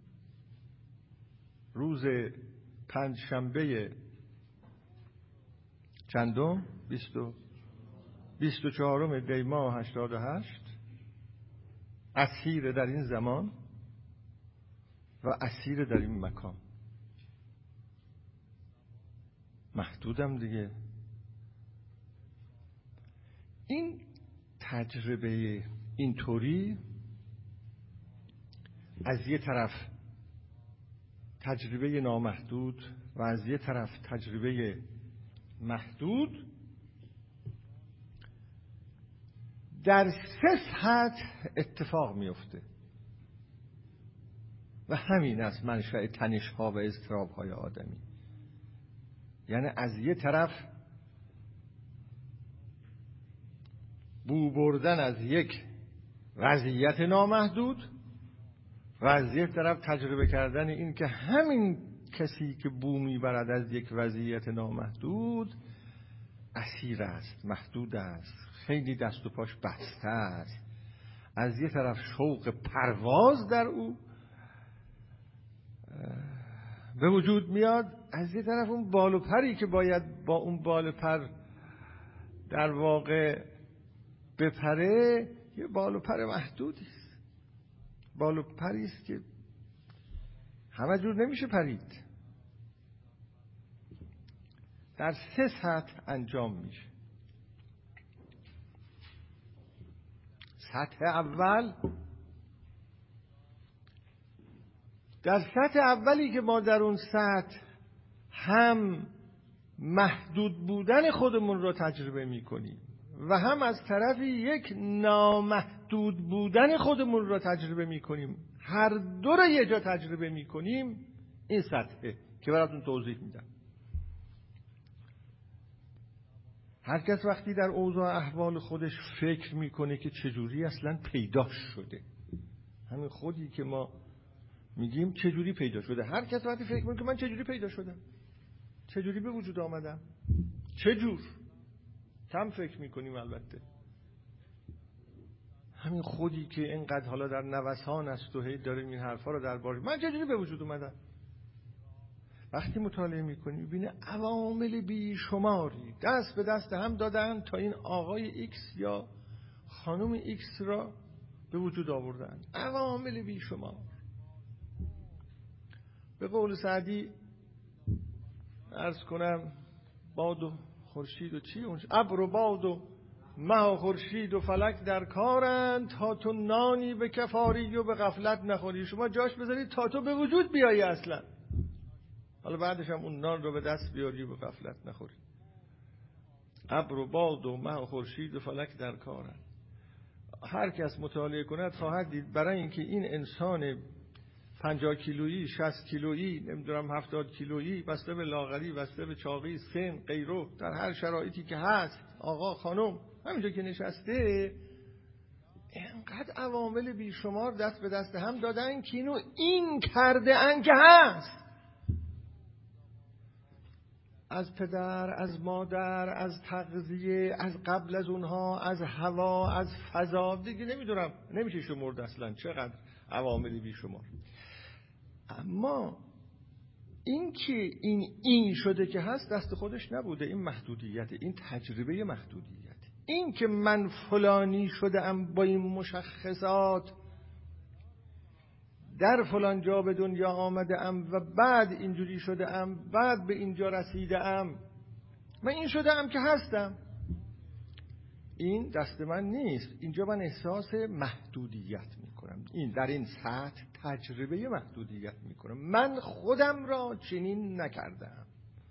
روز پنج شنبه چندم؟ بیست و چهارم دی ماه هشتاد و هشت، اسیر در این زمان و اسیر در این مکان. محدودم دیگه. این تجربه اینطوری از یه طرف تجربه نامحدود و از یه طرف تجربه محدود در سه سطح اتفاق میفته و همین است منشأ تنش‌ها و اضطراب‌های آدمی. یعنی از یه طرف بو بردن از یک وضعیت نامحدود و از یک طرف تجربه کردن این که همین کسی که بو میبرد از یک وضعیت نامحدود اسیر است، محدود است، خیلی دست و پاش بسته است. از یک طرف شوق پرواز در او به وجود میاد، از یک طرف اون بال و پری که باید با اون بال پر در واقع بپره یه بال و پر محدودی است، بال و پری است که همه جور نمیشه پرید. در سه سطح انجام میشه. سطح اول، در سطح اولی که ما در اون سطح هم محدود بودن خودمون رو تجربه میکنیم و هم از طرفی یک نامحدود بودن خودمون رو تجربه میکنیم، هر دو رو یه جا تجربه میکنیم. این سطحه که براتون توضیح میدم. هر کس وقتی در اوضاع احوال خودش فکر میکنه که چجوری اصلا پیدا شده، همین خودی که ما میگیم چجوری پیدا شده، هر کس وقتی فکر میکنه که من چجوری پیدا شدم، چجوری به وجود آمدم، چجور، کم فکر میکنیم البته. همین خودی که اینقدر حالا در نوسان است و هی داریم این حرفا رو درباره من چجوری به وجود اومدم، وقتی مطالعه میکنی میبینی عوامل بیشماری دست به دست هم دادن تا این آقای ایکس یا خانم ایکس را به وجود آوردن. عوامل بیشمار. به قول سعدی عرض کنم باد و خورشید و چی اونش، ابر و باد و مه و خورشید و فلک در کارند، تا تو نانی به کفاری و به غفلت نخوری. شما جاش بذارید تا تو به وجود بیایی اصلا، حالا بعدش هم اون نان رو به دست بیاری و به غفلت نخوری. ابر و باد و مه و خورشید و فلک در کارند. هر کس مطالعه کند خواهد دید برای اینکه این انسان پنجاه کیلویی، شصت کیلویی، نمیدونم هفتاد کیلویی، بسته به لاغری، بسته به چاقی، سن، غیره، در هر شرایطی که هست، آقا خانم همینجا که نشسته، اینقدر عوامل بیشمار دست به دست هم دادن که اینو این کرده ان که هست. از پدر، از مادر، از تغذیه، از قبل از اونها، از هوا، از فضا، دیگه نمیدونم نمیشه شمرد اصلا چقدر عوامل بیشمار. اما این که این این شده که هست دست خودش نبوده، این محدودیت، این تجربه محدودیت. این که من فلانی شدم با این مشخصات، در فلان جا به دنیا آمده ام و بعد اینجوری شده ام، بعد به اینجا رسیده ام، من این شده ام که هستم، این دست من نیست. اینجا من احساس محدودیت میکنم، این در این سطح تجربه محدودیت میکنم. من خودم را چنین نکردم.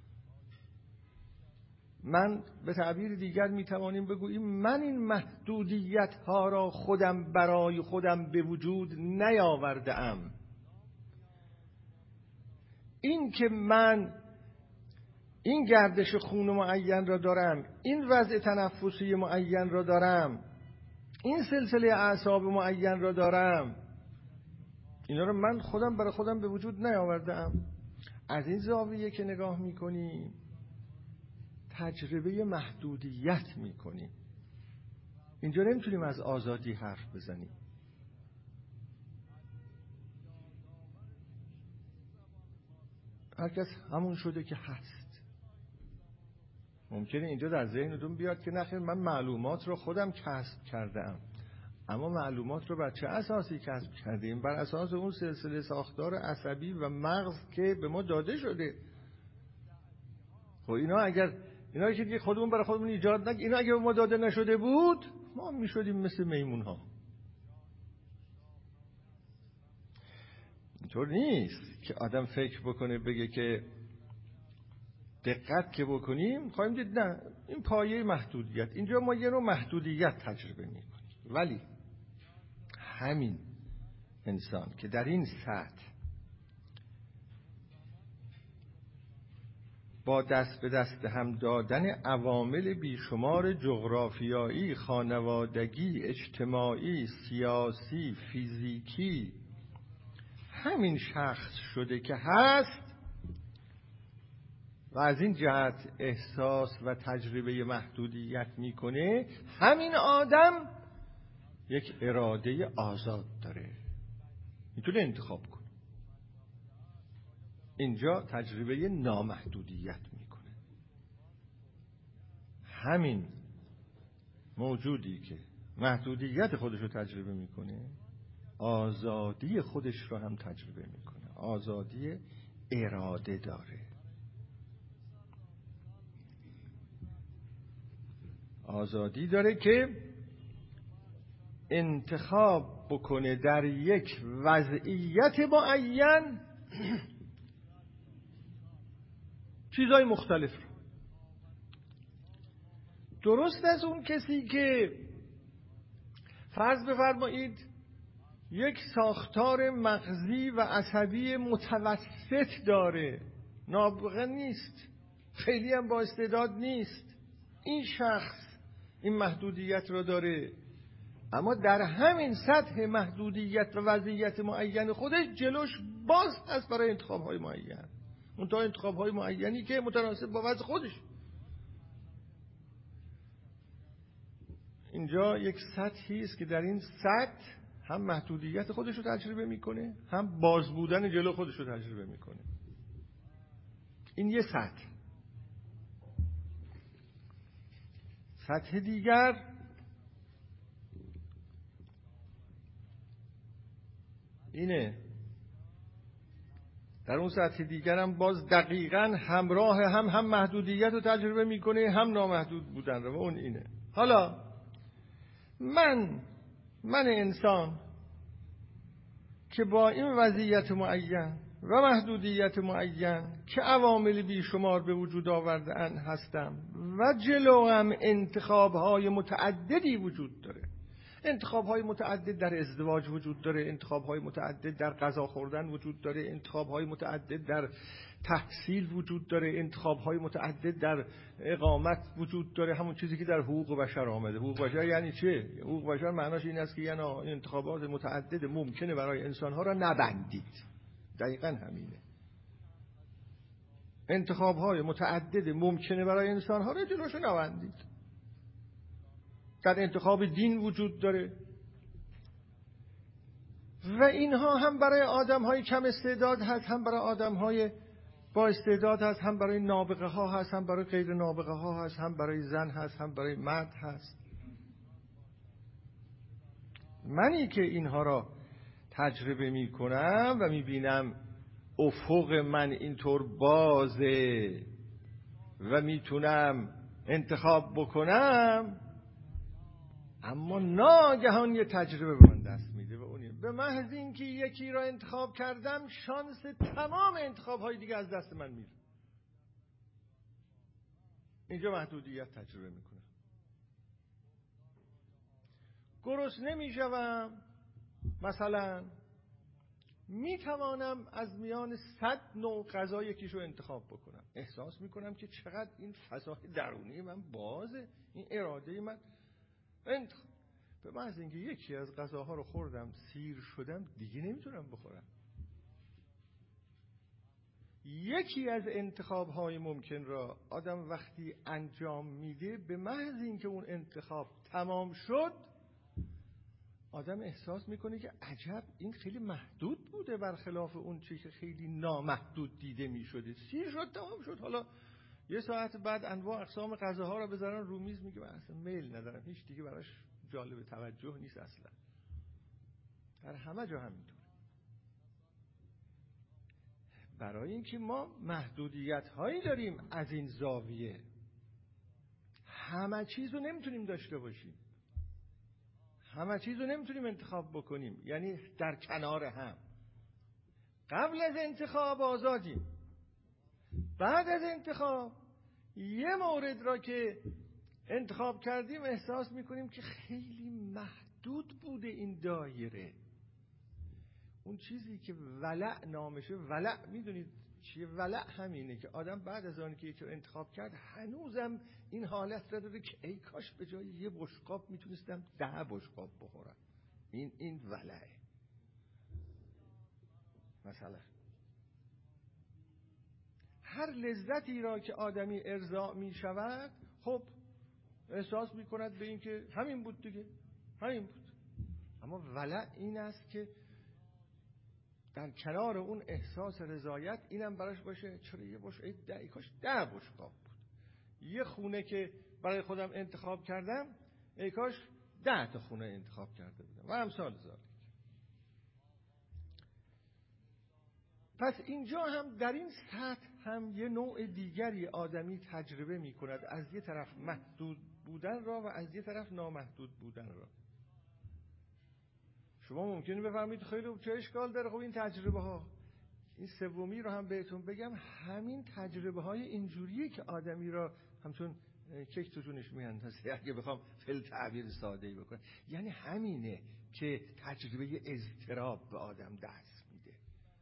من به تعبیر دیگر میتوانیم بگوییم من این محدودیت ها را خودم برای خودم به وجود نیاورده ام. این که من این گردش خون معین را دارم، این وضع تنفسی معین را دارم، این سلسله اعصاب معین را دارم، اینا رو من خودم برای خودم به وجود نیاوردم. از این زاویه که نگاه میکنیم تجربه محدودیت میکنیم. اینجا نمیتونیم از آزادی حرف بزنیم. هر کس همون شده که هست. ممکنه اینجا در ذهنتون بیاد که نخیر من معلومات رو خودم کسب کردم. اما معلومات رو بر چه اساسی کسب کردیم؟ بر اساس اون سلسله ساختار عصبی و مغز که به ما داده شده. خب اینا اگر اینا که خودمون برای خودمون ایجاد نک اینا اگه به ما داده نشده بود ما میشدیم مثل میمون ها. اینطور نیست که آدم فکر بکنه بگه که دقت که بکنیم خواهیم دید نه، این پایه محدودیت. اینجا ما یه نوع محدودیت تجربه میکنیم. ولی همین انسان که در این سطح با دست به دست هم دادن عوامل بیشمار جغرافیایی، خانوادگی، اجتماعی، سیاسی، فیزیکی همین شخص شده که هست و از این جهت احساس و تجربه محدودیت میکنه، همین آدم یک اراده آزاد داره، میتونه انتخاب کنه. اینجا تجربه نامحدودیت میکنه. همین موجودی که محدودیت خودش رو تجربه میکنه آزادی خودش رو هم تجربه میکنه. آزادی اراده داره. آزادی داره که انتخاب بکنه در یک وضعیت معین چیزای مختلف رو. درست از اون کسی که فرض بفرمایید یک ساختار مغزی و عصبی متوسط داره، نابغه نیست، خیلی هم با استعداد نیست، این شخص این محدودیت رو داره، اما در همین سطح محدودیت و وضعیت معین خودش جلوش باز هست برای انتخاب‌های معین، اون تا انتخاب‌های معینی که متناسب با وضع خودش. اینجا یک سطحی است که در این سطح هم محدودیت خودش رو تجربه میکنه، هم باز بودن جلو خودش رو تجربه میکنه. این یه سطح. سطح دیگر اینه، در اون سطح دیگر هم باز دقیقاً همراه هم هم محدودیت رو تجربه میکنه هم نامحدود بودن رو. و اون اینه حالا من من انسان که با این وضعیت معین و محدودیت معین که عوامل بیشمار به وجود آورده ان هستم و جلوم انتخاب‌های متعددی وجود داره. انتخاب‌های متعدد در ازدواج وجود داره، انتخاب‌های متعدد در غذا خوردن وجود داره، انتخاب‌های متعدد در تحصیل وجود داره، انتخاب‌های متعدد در اقامت وجود داره. همون چیزی که در حقوق بشر آمده. حقوق بشر یعنی چه؟ حقوق بشر معناش این است که یعنی انتخابات متعدد ممکنه برای انسان‌ها را نبندید. دقیقاً همینه. انتخاب‌های متعدد ممکنه برای انسان‌ها را جلوشو نبندید. در انتخاب دین وجود داره و اینها هم برای آدم‌های کم استعداد هست، هم برای آدم‌های با استعداد هست، هم برای نابغه ها هست، هم برای غیر نابغه ها هست، هم برای زن هست، هم برای مرد هست. منی که اینها را تجربه می کنم و می بینم افق من اینطور بازه و میتونم انتخاب بکنم، اما ناگهان یه تجربه به من دست میده و اونی به محض اینکه یکی را انتخاب کردم شانس تمام انتخاب های دیگه از دست من میره. اینجا محدودیت تجربه میکنم. گرسنه نمیشوم، مثلا میتوانم از میان صد نوع غذا یکیشو انتخاب بکنم. احساس میکنم که چقدر این فضای درونی من بازه، این اراده من انتخاب. به محض اینکه یکی از غذاها رو خوردم سیر شدم دیگه نمیتونم بخورم. یکی از انتخاب‌های ممکن را آدم وقتی انجام میده، به محض اینکه اون انتخاب تمام شد آدم احساس میکنه که عجب این خیلی محدود بوده برخلاف اون چیزی که خیلی نامحدود دیده میشده. سیر شد، تمام شد. حالا یه ساعت بعد انواع اقسام غذاها رو بذارن رو میز، میگه من اصلا میل ندارم، هیچ دیگه براش جالب توجه نیست اصلا. در همه جا همینطور. برای اینکه ما محدودیت هایی داریم از این زاویه، همه چیز رو نمیتونیم داشته باشیم، همه چیز رو نمیتونیم انتخاب بکنیم. یعنی در کنار هم، قبل از انتخاب آزادیم، بعد از انتخاب یه مورد را که انتخاب کردیم احساس میکنیم که خیلی محدود بوده این دایره. اون چیزی که ولع نامشه، ولع میدونید چیه؟ ولع همینه که آدم بعد از آن که یکی رو انتخاب کرد هنوزم این حالت را داره که ای کاش به جای یه بشقاب میتونستم ده بشقاب بخورم. این این ولعه. مثلا هر لذتی را که آدمی ارضا می شود، خب احساس می کند به این که همین بود دیگه، همین بود. اما ولع این است که در کنار اون احساس رضایت اینم براش باشه چرا یه بش ای ده ای کاش ده بشقاب بود. یه خونه که برای خودم انتخاب کردم ای کاش ده تا خونه انتخاب کرده بودم و امثال ذالک. پس اینجا هم در این سطح هم یه نوع دیگری آدمی تجربه می کند، از یه طرف محدود بودن را و از یه طرف نامحدود بودن را. شما ممکنه بفهمید خیلی چه اشکال داره خب این تجربه ها. این سومی رو هم بهتون بگم، همین تجربه های اینجوریه که آدمی را همچون کیک تو جونش میاندازه، اگه بخوام فل تعبیر ساده‌ای بکنم. یعنی همینه که تجربه اضطراب به آدم دست میده.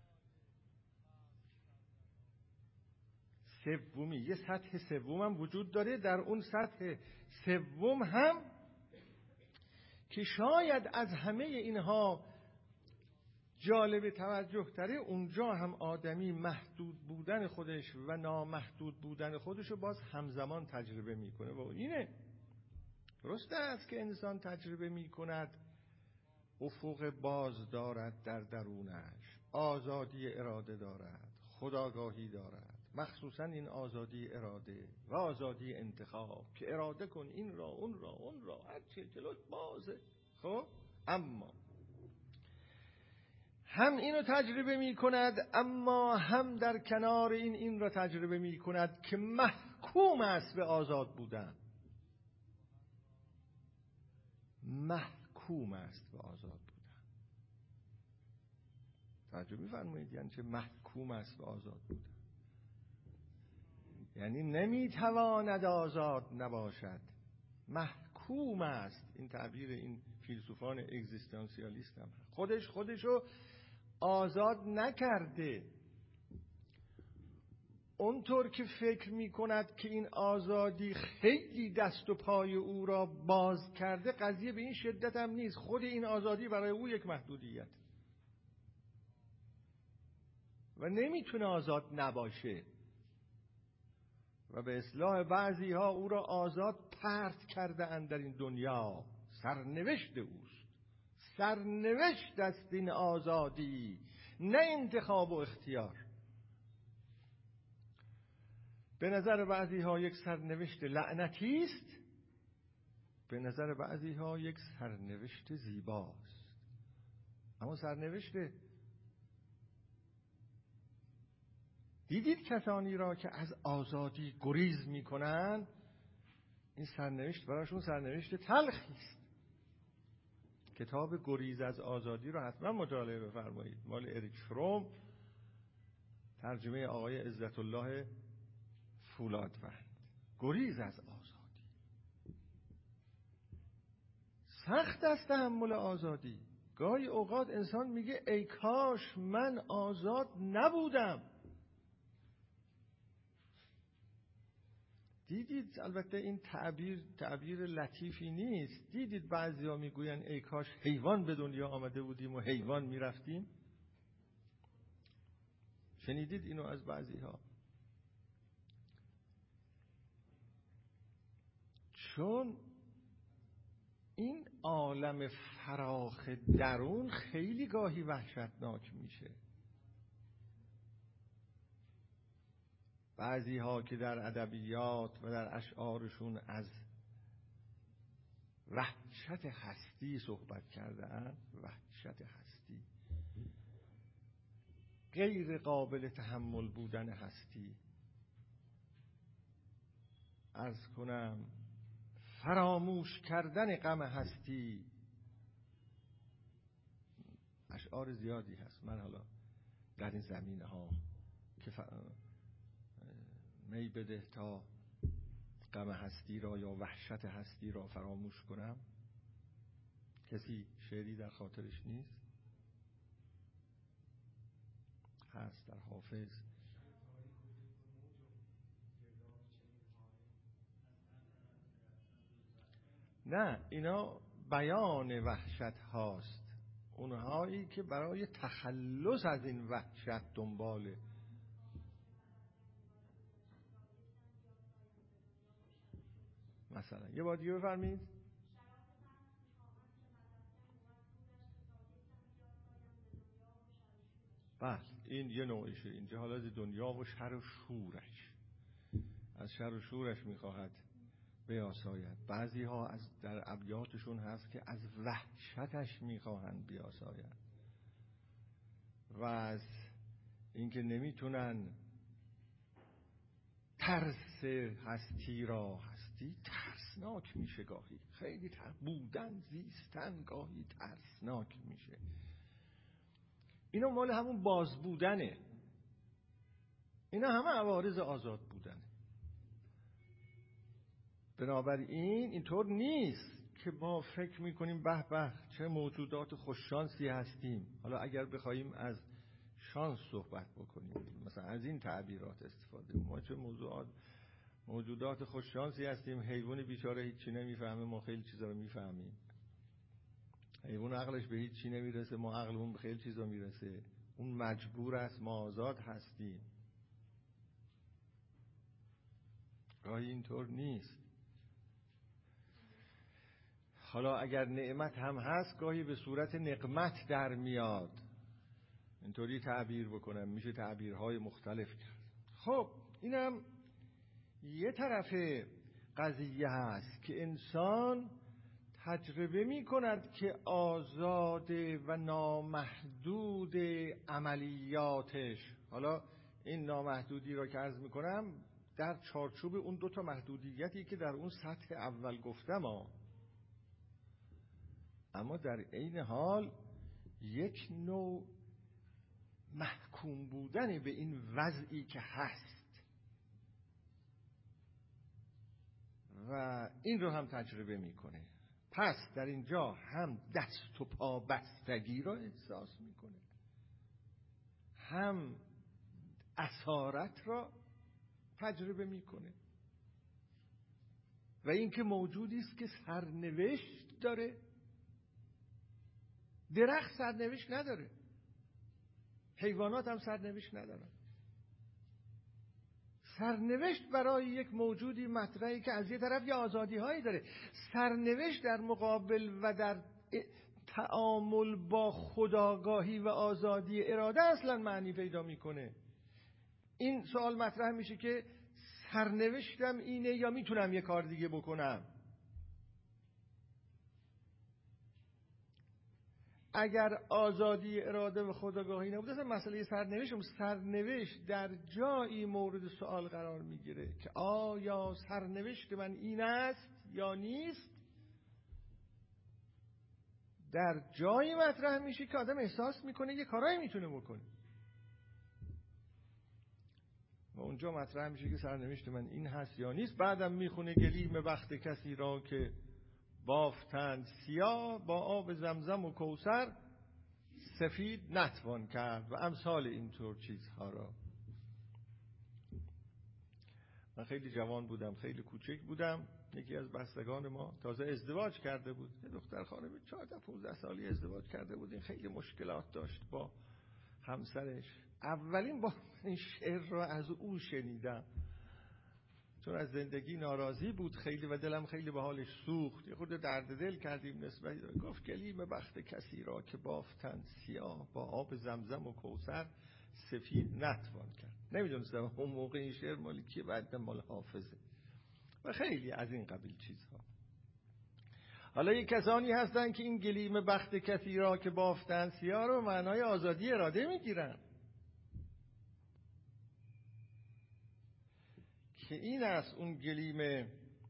سومی، یه سطح سوم هم وجود داره. در اون سطح سوم هم که شاید از همه اینها جالب توجه تره، اونجا هم آدمی محدود بودن خودش و نامحدود بودن خودش رو باز همزمان تجربه میکنه. و اینه درسته است که انسان تجربه میکند افق باز دارد در درونش، آزادی اراده دارد، خودآگاهی دارد، مخصوصا این آزادی اراده و آزادی انتخاب که اراده کن این را اون را اون را هر چه جلوش بازه. خب اما هم اینو تجربه می کند، اما هم در کنار این این را تجربه می کند که محکوم است به آزاد بودن. محکوم است به آزاد بودن. توجه می فرمایید یعنی چه محکوم است به آزاد بودن؟ یعنی نمی تواند آزاد نباشد، محکوم است. این تعبیر این فیلسوفان اگزیستانسیالیست هم خودش خودشو آزاد نکرده. اونطور که فکر می کند که این آزادی خیلی دست و پای او را باز کرده، قضیه به این شدت هم نیست. خود این آزادی برای او یک محدودیت و نمیتونه آزاد نباشه و به اصطلاح بعضی ها او را آزاد پرت کرده اند در این دنیا. سرنوشت اوست، سرنوشت است این آزادی، نه انتخاب و اختیار. به نظر بعضی ها یک سرنوشت لعنتی است، به نظر بعضی ها یک سرنوشت زیباست. اما سرنوشت، دیدید کسانی را که از آزادی گریز میکنن، این سرنوشت براشون سرنوشت تلخی است. کتاب گریز از آزادی رو حتما مطالعه بفرمایید، مال اریک فروم، ترجمه آقای عزت الله فولادوند. گریز از آزادی سخت است، تحمل آزادی. گاهی اوقات انسان میگه ای کاش من آزاد نبودم. دیدید، البته این تعبیر تعبیر لطیفی نیست. دیدید بعضیا میگوین ای کاش حیوان به دنیا آمده بودیم و حیوان میرفتیم. شنیدید اینو از بعضی ها؟ چون این عالم فراخ درون خیلی گاهی وحشتناک میشه. بعضی ها که در ادبیات و در اشعارشون از وحشت هستی صحبت کردن، وحشت هستی، غیر قابل تحمل بودن هستی، عرض کنم فراموش کردن غم هستی. اشعار زیادی هست. من حالا در این زمینه ها که ف... می بده تا غم هستی را یا وحشت هستی را فراموش کنم. کسی شعری در خاطرش نیست؟ هست در حافظ. نه، اینا بیان وحشت هاست، اونهایی که برای تخلص از این وحشت دنباله. مثلا یه بار دیگه بفرمایید. بله، این یه نوعشه. اینجا حالا از دنیا و شر و شورش، از شر و شورش میخواهد بیاساید. بعضی ها از در ابیاتشون هست که از وحشتش میخواهند بیاساید و از اینکه نمیتونن ترس هستی را، هستی ترسناک میشه گاهی، خیلی تر بودن زیستن گاهی ترسناک میشه. اینا مال همون باز بودنه، اینا همه عوارض آزاد بودنه. بنابراین اینطور نیست که ما فکر میکنیم به به چه موجودات خوششانسی هستیم. حالا اگر بخوایم از شانس صحبت بکنیم، مثلا از این تعبیرات استفاده، ما چه موضوعات موجودات خوششانسی هستیم. حیوان بیچاره هیچی نمیفهمه، ما خیلی چیزا رو میفهمیم. حیوان عقلش به هیچ چی نمیرسه، ما عقلمون به خیلی چیزا میرسه. اون مجبور است، ما آزاد هستیم. گاهی اینطور نیست. حالا اگر نعمت هم هست گاهی به صورت نقمت در میاد. اینطوری تعبیر بکنم، میشه تعبیرهای مختلف کرد. خب اینم یه طرف قضیه هست که انسان تجربه می کند که آزاد و نامحدود عملیاتش. حالا این نامحدودی را که عرض می کنم در چارچوب اون دو تا محدودیتی که در اون سطح اول گفتم ها. اما در عین حال یک نوع محکوم بودن به این وضعی که هست و این رو هم تجربه میکنه. پس در اینجا هم دست و پا بستگی را احساس میکنه، هم اسارت را تجربه میکنه و اینکه موجودی است که سرنوشت داره. درخت سرنوشت نداره، حیوانات هم سرنوشت ندارن. سرنوشت برای یک موجودی مطرحی که از یه طرف یه آزادی هایی داره. سرنوشت در مقابل و در تعامل با خودآگاهی و آزادی اراده اصلا معنی پیدا میکنه. این سوال مطرح میشه که سرنوشتم اینه یا میتونم یه کار دیگه بکنم؟ اگر آزادی اراده و خودآگاهی نبود، اصلا مسئله سرنوشت سرنوشت در جایی مورد سوال قرار میگیره که آیا سرنوشت من این است یا نیست. در جایی مطرح میشه که آدم احساس میکنه یه کارایی میتونه بکنه و اونجا مطرح میشه که سرنوشت من این هست یا نیست. بعدم میخونه گلیم بخت کسی را که بافتند سیاه، با آب زمزم و کوثر سفید نتوان کرد و امثال اینطور چیزها را. من خیلی جوان بودم، خیلی کوچک بودم. یکی از بستگان ما تازه ازدواج کرده بود، یه دختر خانم چهارده پانزده سالی ازدواج کرده بود. این خیلی مشکلات داشت با همسرش. اولین بار این شعر را از او شنیدم، چون از زندگی ناراضی بود خیلی و دلم خیلی به حالش سوخت. یه خورده درد دل کردیم نسبت. گفت گلیم بخت کسی را که بافتند سیاه، با آب زمزم و کوثر سفید نتوان کرد. نمیدونستم اون موقع این شعر مال کیه، بعد مال حافظه و خیلی از این قبیل چیزها. حالا یک کسانی هستن که این گلیم بخت کسی را که بافتند سیاه رو معنای آزادی اراده میگیرن که این است اون گلیم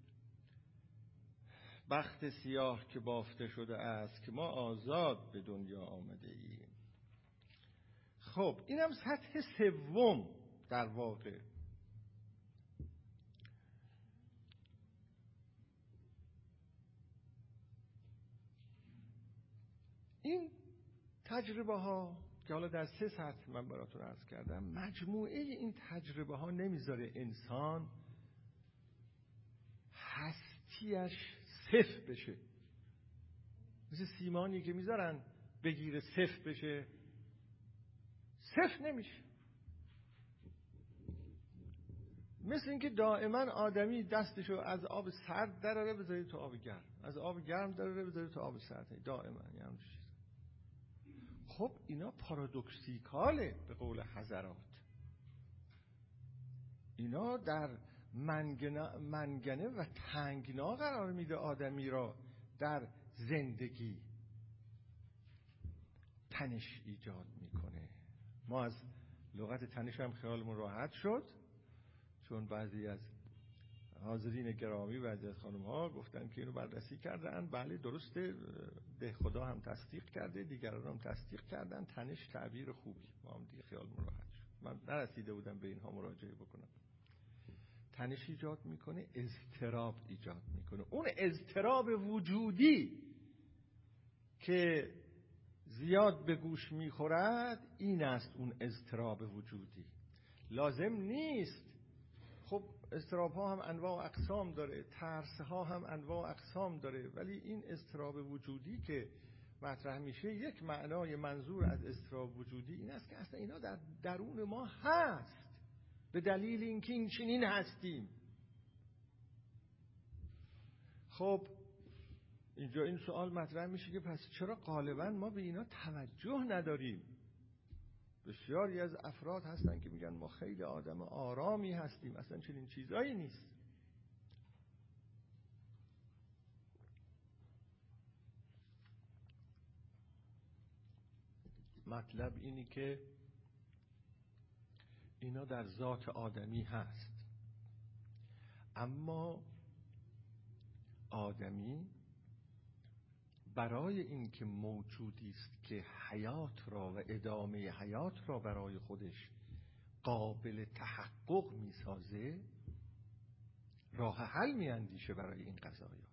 بخت سیاه که بافته شده است که ما آزاد به دنیا آمده ایم. خب اینم سطح سوم در واقع. این تجربه ها که حالا در سه سطح من براتون عرض کردم، مجموعه این تجربه ها نمیذاره انسان هستیش صفر بشه. مثل سیمانی که میذارن بگیره صفر بشه، صفر نمیشه. مثل اینکه دائما آدمی دستشو از آب سرد دراره بذاره تو آب گرم، از آب گرم دراره بذاره تو آب سرد، دائما یه همچین چیز. خب اینا پارادوکسیکاله به قول حضرات. اینا در منگنه, منگنه و تنگنا قرار میده آدمی را در زندگی. تنش ایجاد میکنه. ما از لغت تنش هم خیالمون راحت شد، چون بعضی از حاضرین گرامی، بعضی از خانم ها گفتن که اینو بررسی کردن. بله درسته، ده خدا هم تصدیق کرده، دیگران هم تصدیق کردن. تنش تعبیر خوبی، ما هم دیگه خیالمون راحت شد. من نرسیده بودم به اینها مراجعه بکنم. تنش ایجاد میکنه، اضطراب ایجاد میکنه. اون اضطراب وجودی که زیاد به گوش میخورد این است، اون اضطراب وجودی. لازم نیست. خب اضطراب ها هم انواع و اقسام داره، ترس ها هم انواع و اقسام داره، ولی این اضطراب وجودی که مطرح میشه، یک معنای منظور از اضطراب وجودی این است که اصلا اینا در درون ما هست، به دلیل اینکه این چنین هستیم. خب اینجا این سوال مطرح میشه که پس چرا غالبا ما به اینا توجه نداریم؟ بسیاری از افراد هستن که میگن ما خیلی آدم آرامی هستیم، اصلا چنین چیزایی نیست. مطلب اینی که اینا در ذات آدمی هست، اما آدمی برای اینکه موجودی است که حیات را و ادامه حیات را برای خودش قابل تحقق میسازه، راه حل میاندیشه برای این قضایا.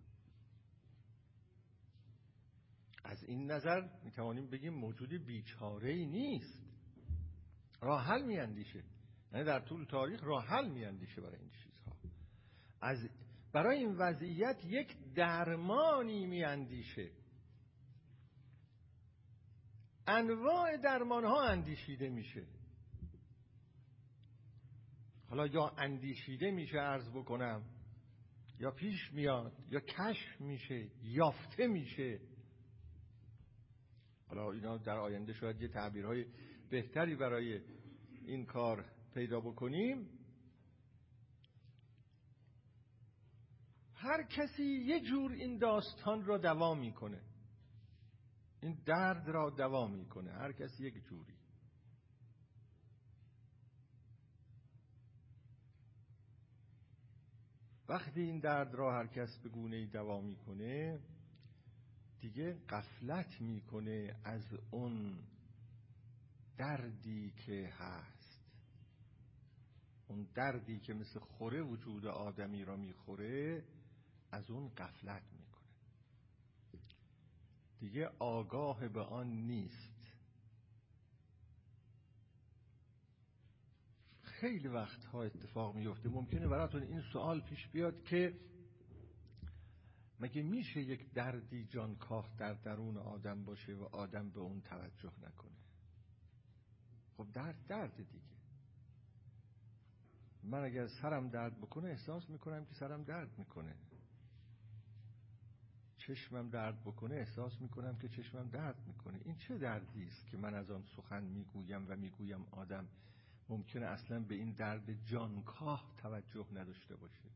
از این نظر میتوانیم بگیم موجود بیچاره‌ای نیست، راه حل میاندیشه. یعنی در طول تاریخ راه حل میاندیشه برای این چیزها. از برای این وضعیت یک درمانی میاندیشه. انواع درمان ها اندیشیده میشه. حالا یا اندیشیده میشه عرض بکنم، یا پیش میاد، یا کشف میشه، یافته میشه. حالا اینا در آینده شاید یه تعبیرهای بهتری برای این کار پیدا بکنیم. هر کسی یه جور این داستان را دوا میکنه، این درد را دوا میکنه، هر کسی یک جوری. وقتی این درد را هر کس به گونه‌ای دوا میکنه، دیگه غفلت میکنه از اون دردی که هست، اون دردی که مثل خوره وجود آدمی را میخوره، از اون غفلت میکنه، دیگه آگاه به آن نیست. خیلی وقتها اتفاق میفته، ممکنه براتون این سوال پیش بیاد که مگه میشه یک دردی جانکاه در درون آدم باشه و آدم به اون توجه نکنه؟ خب درد درد دیگه. من اگر سرم درد بکنه احساس میکنم که سرم درد میکنه، چشمم درد بکنه احساس میکنم که چشمم درد میکنه. این چه دردی است که من از آن سخن میگویم و میگویم آدم ممکنه اصلا به این درد جانکاه توجه نداشته باشه؟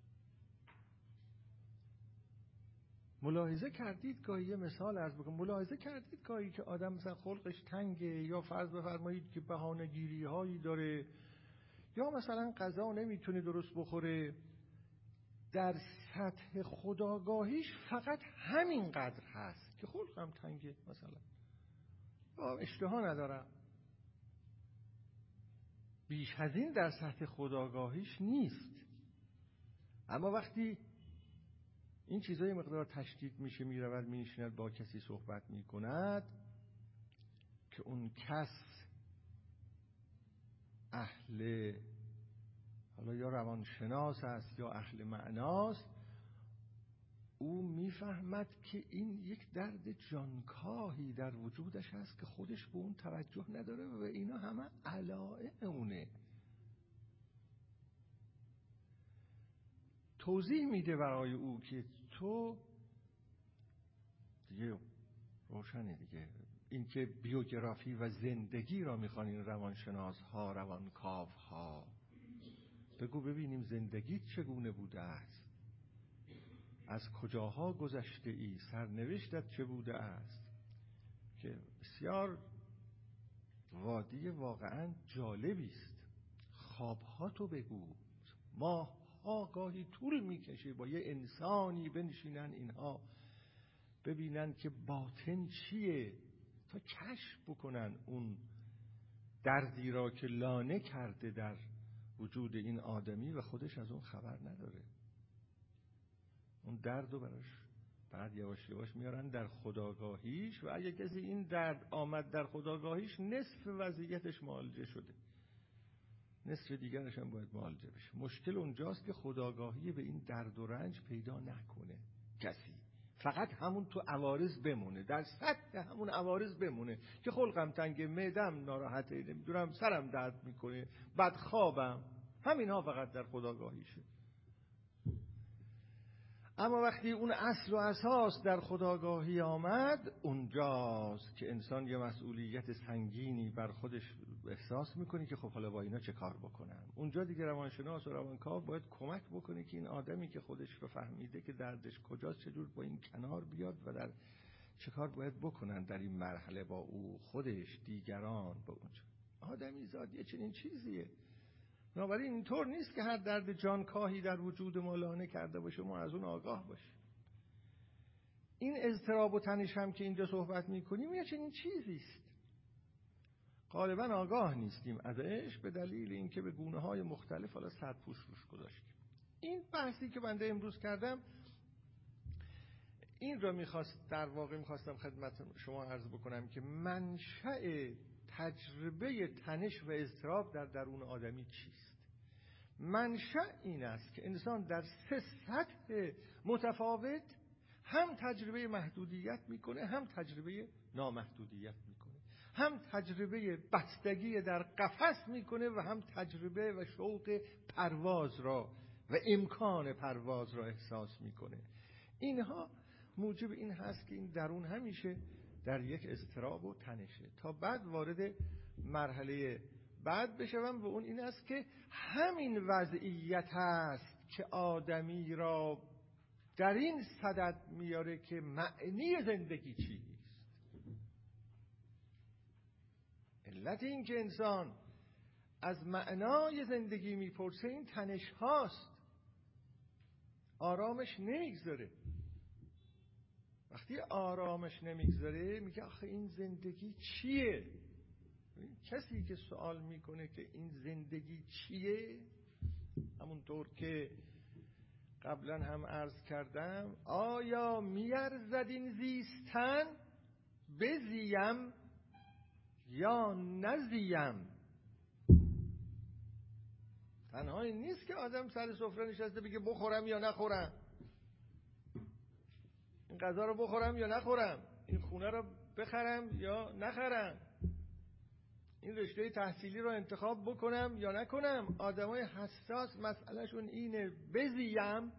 ملاحظه کردید گاهی، یه مثال عرض بکنم، ملاحظه کردید گاهی که آدم مثلا خلقش تنگه، یا فرض بفرمایید که بهانه‌گیری هایی داره، یا مثلا غذا نمیتونه درست بخوره، در سطح خودآگاهیش فقط همین قدر هست که خلقم تنگه، مثلا یا اشتها ندارم، بیش از این در سطح خودآگاهیش نیست. اما وقتی این چیزای مقدار تشدید میشه، میرود میشیند با کسی صحبت میکند که اون کس اهل حالا یا روانشناس است یا اهل معناست، او میفهمد که این یک درد جانکاهی در وجودش هست که خودش به اون توجه نداره و اینا همه علائم اونه. توضیح میده برای او که تو دیگه روشنه دیگه، این که بیوگرافی و زندگی را میخوان این روانشناس ها، روانکاو ها، بگو ببینیم زندگیت چگونه بوده است، از کجاها گذشته ای، سرنوشتت چه بوده است، که بسیار وادی واقعا جالبی است. خوابها تو بگو، ماه ها گاهی طول میکشه با یه انسانی بنشینن اینها ببینن که باطن چیه، تا کشف بکنن اون دردی را که لانه کرده در وجود این آدمی و خودش از اون خبر نداره. اون درد رو براش بعد یواش یواش میارن در خودآگاهیش و اگه کسی این درد آمد در خودآگاهیش، نصف وضعیتش معالجه شده، نصف دیگرش هم باید معالجه بشه. مشکل اونجاست که خودآگاهی به این درد و رنج پیدا نکنه کسی، فقط همون تو عوارض بمونه، در سطح همون عوارض بمونه که خلقم تنگه، معدم ناراحته، نمیدونم سرم درد میکنه، بد خوابم، همین ها فقط در خودآگاهیشه. اما وقتی اون اصل و اساس در خودآگاهی آمد، اونجاست که انسان یه مسئولیت سنگینی بر خودش احساس میکنه که خب حالا با اینا چه کار بکنم. اونجا دیگه روانشناس و روانکاو باید کمک بکنه که این آدمی که خودش رو فهمیده که دردش کجاست، چجور با این کنار بیاد و در چه کار باید بکنن در این مرحله با او، خودش، دیگران، با اونجا. آدمی زاد یه چنین چیزیه. بنابراین اینطور نیست که هر درد جانکاهی در وجود ما لانه کرده باشه ما از اون آگاه باشیم. این اضطراب و تنش هم که اینجا صحبت میکنیم یه چنین چیزیست، غالبا آگاه نیستیم ازش به دلیل اینکه به گونه های مختلف حالا سرپوش روش گذاشتیم. این بحثی که بنده امروز کردم این را میخواست در واقع میخواستم خدمت شما عرض بکنم که منشأ تجربه تنش و اضطراب در درون آدمی چیست. منشأ این است که انسان در سه سطح متفاوت هم تجربه محدودیت میکنه، هم تجربه نامحدودیت میکنه، هم تجربه بستگی در قفس میکنه و هم تجربه و شوق پرواز را و امکان پرواز را احساس میکنه. اینها موجب این هست که این درون همیشه در یک اضطراب و تنشه، تا بعد وارد مرحله بعد بشوم و اون این است که همین وضعیت هست که آدمی را در این صدد میاره که معنی زندگی چیست. علت این که انسان از معنای زندگی میپرسه این تنش هاست، آرامش نمیگذاره. وقتی آرامش نمیگذاره میگه آخه این زندگی چیه؟ کسی که سوال میکنه که این زندگی چیه، همونطور که قبلا هم عرض کردم، آیا میارزد این زیستن بزیم یا نزیم؟ تنها این نیست که آدم سر سفره نشسته بگه بخورم یا نخورم، این غذا رو بخورم یا نخورم، این خونه رو بخرم یا نخرم، این رشته تحصیلی رو انتخاب بکنم یا نکنم. آدمای حساس مسئلهشون اینه بزیم،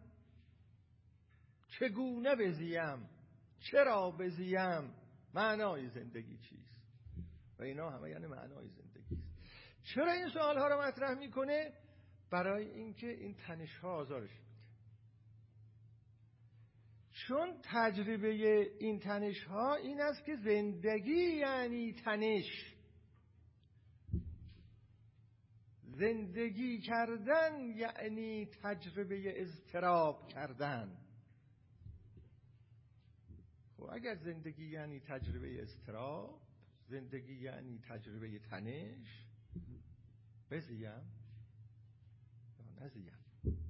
چگونه بزیم، چرا بزیم، معنای زندگی چیست؟ و اینا همه یعنی معنای زندگی است. چرا این سوال ها رو مطرح میکنه؟ برای اینکه این تنش ها آزارش میده. چون تجربه این تنش ها این است که زندگی یعنی تنش، زندگی کردن یعنی تجربه اضطراب کردن. خب اگر زندگی یعنی تجربه اضطراب، زندگی یعنی تجربه تنش، بزیم یا نزیم؟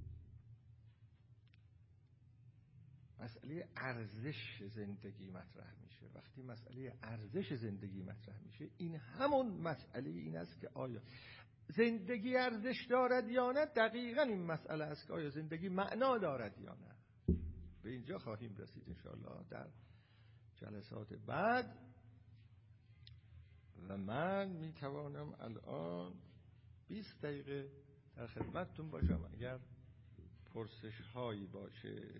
مسئله ارزش زندگی مطرح میشه. وقتی مسئله ارزش زندگی مطرح میشه، این همون مسئله این است که آیا زندگی ارزش دارد یا نه. دقیقاً این مسئله است که آیا زندگی معنا دارد یا نه. به اینجا خواهیم رسید انشاءالله در جلسات بعد. و من میتوانم الان بیست دقیقه در خدمتتون باشم اگر پرسش هایی باشه.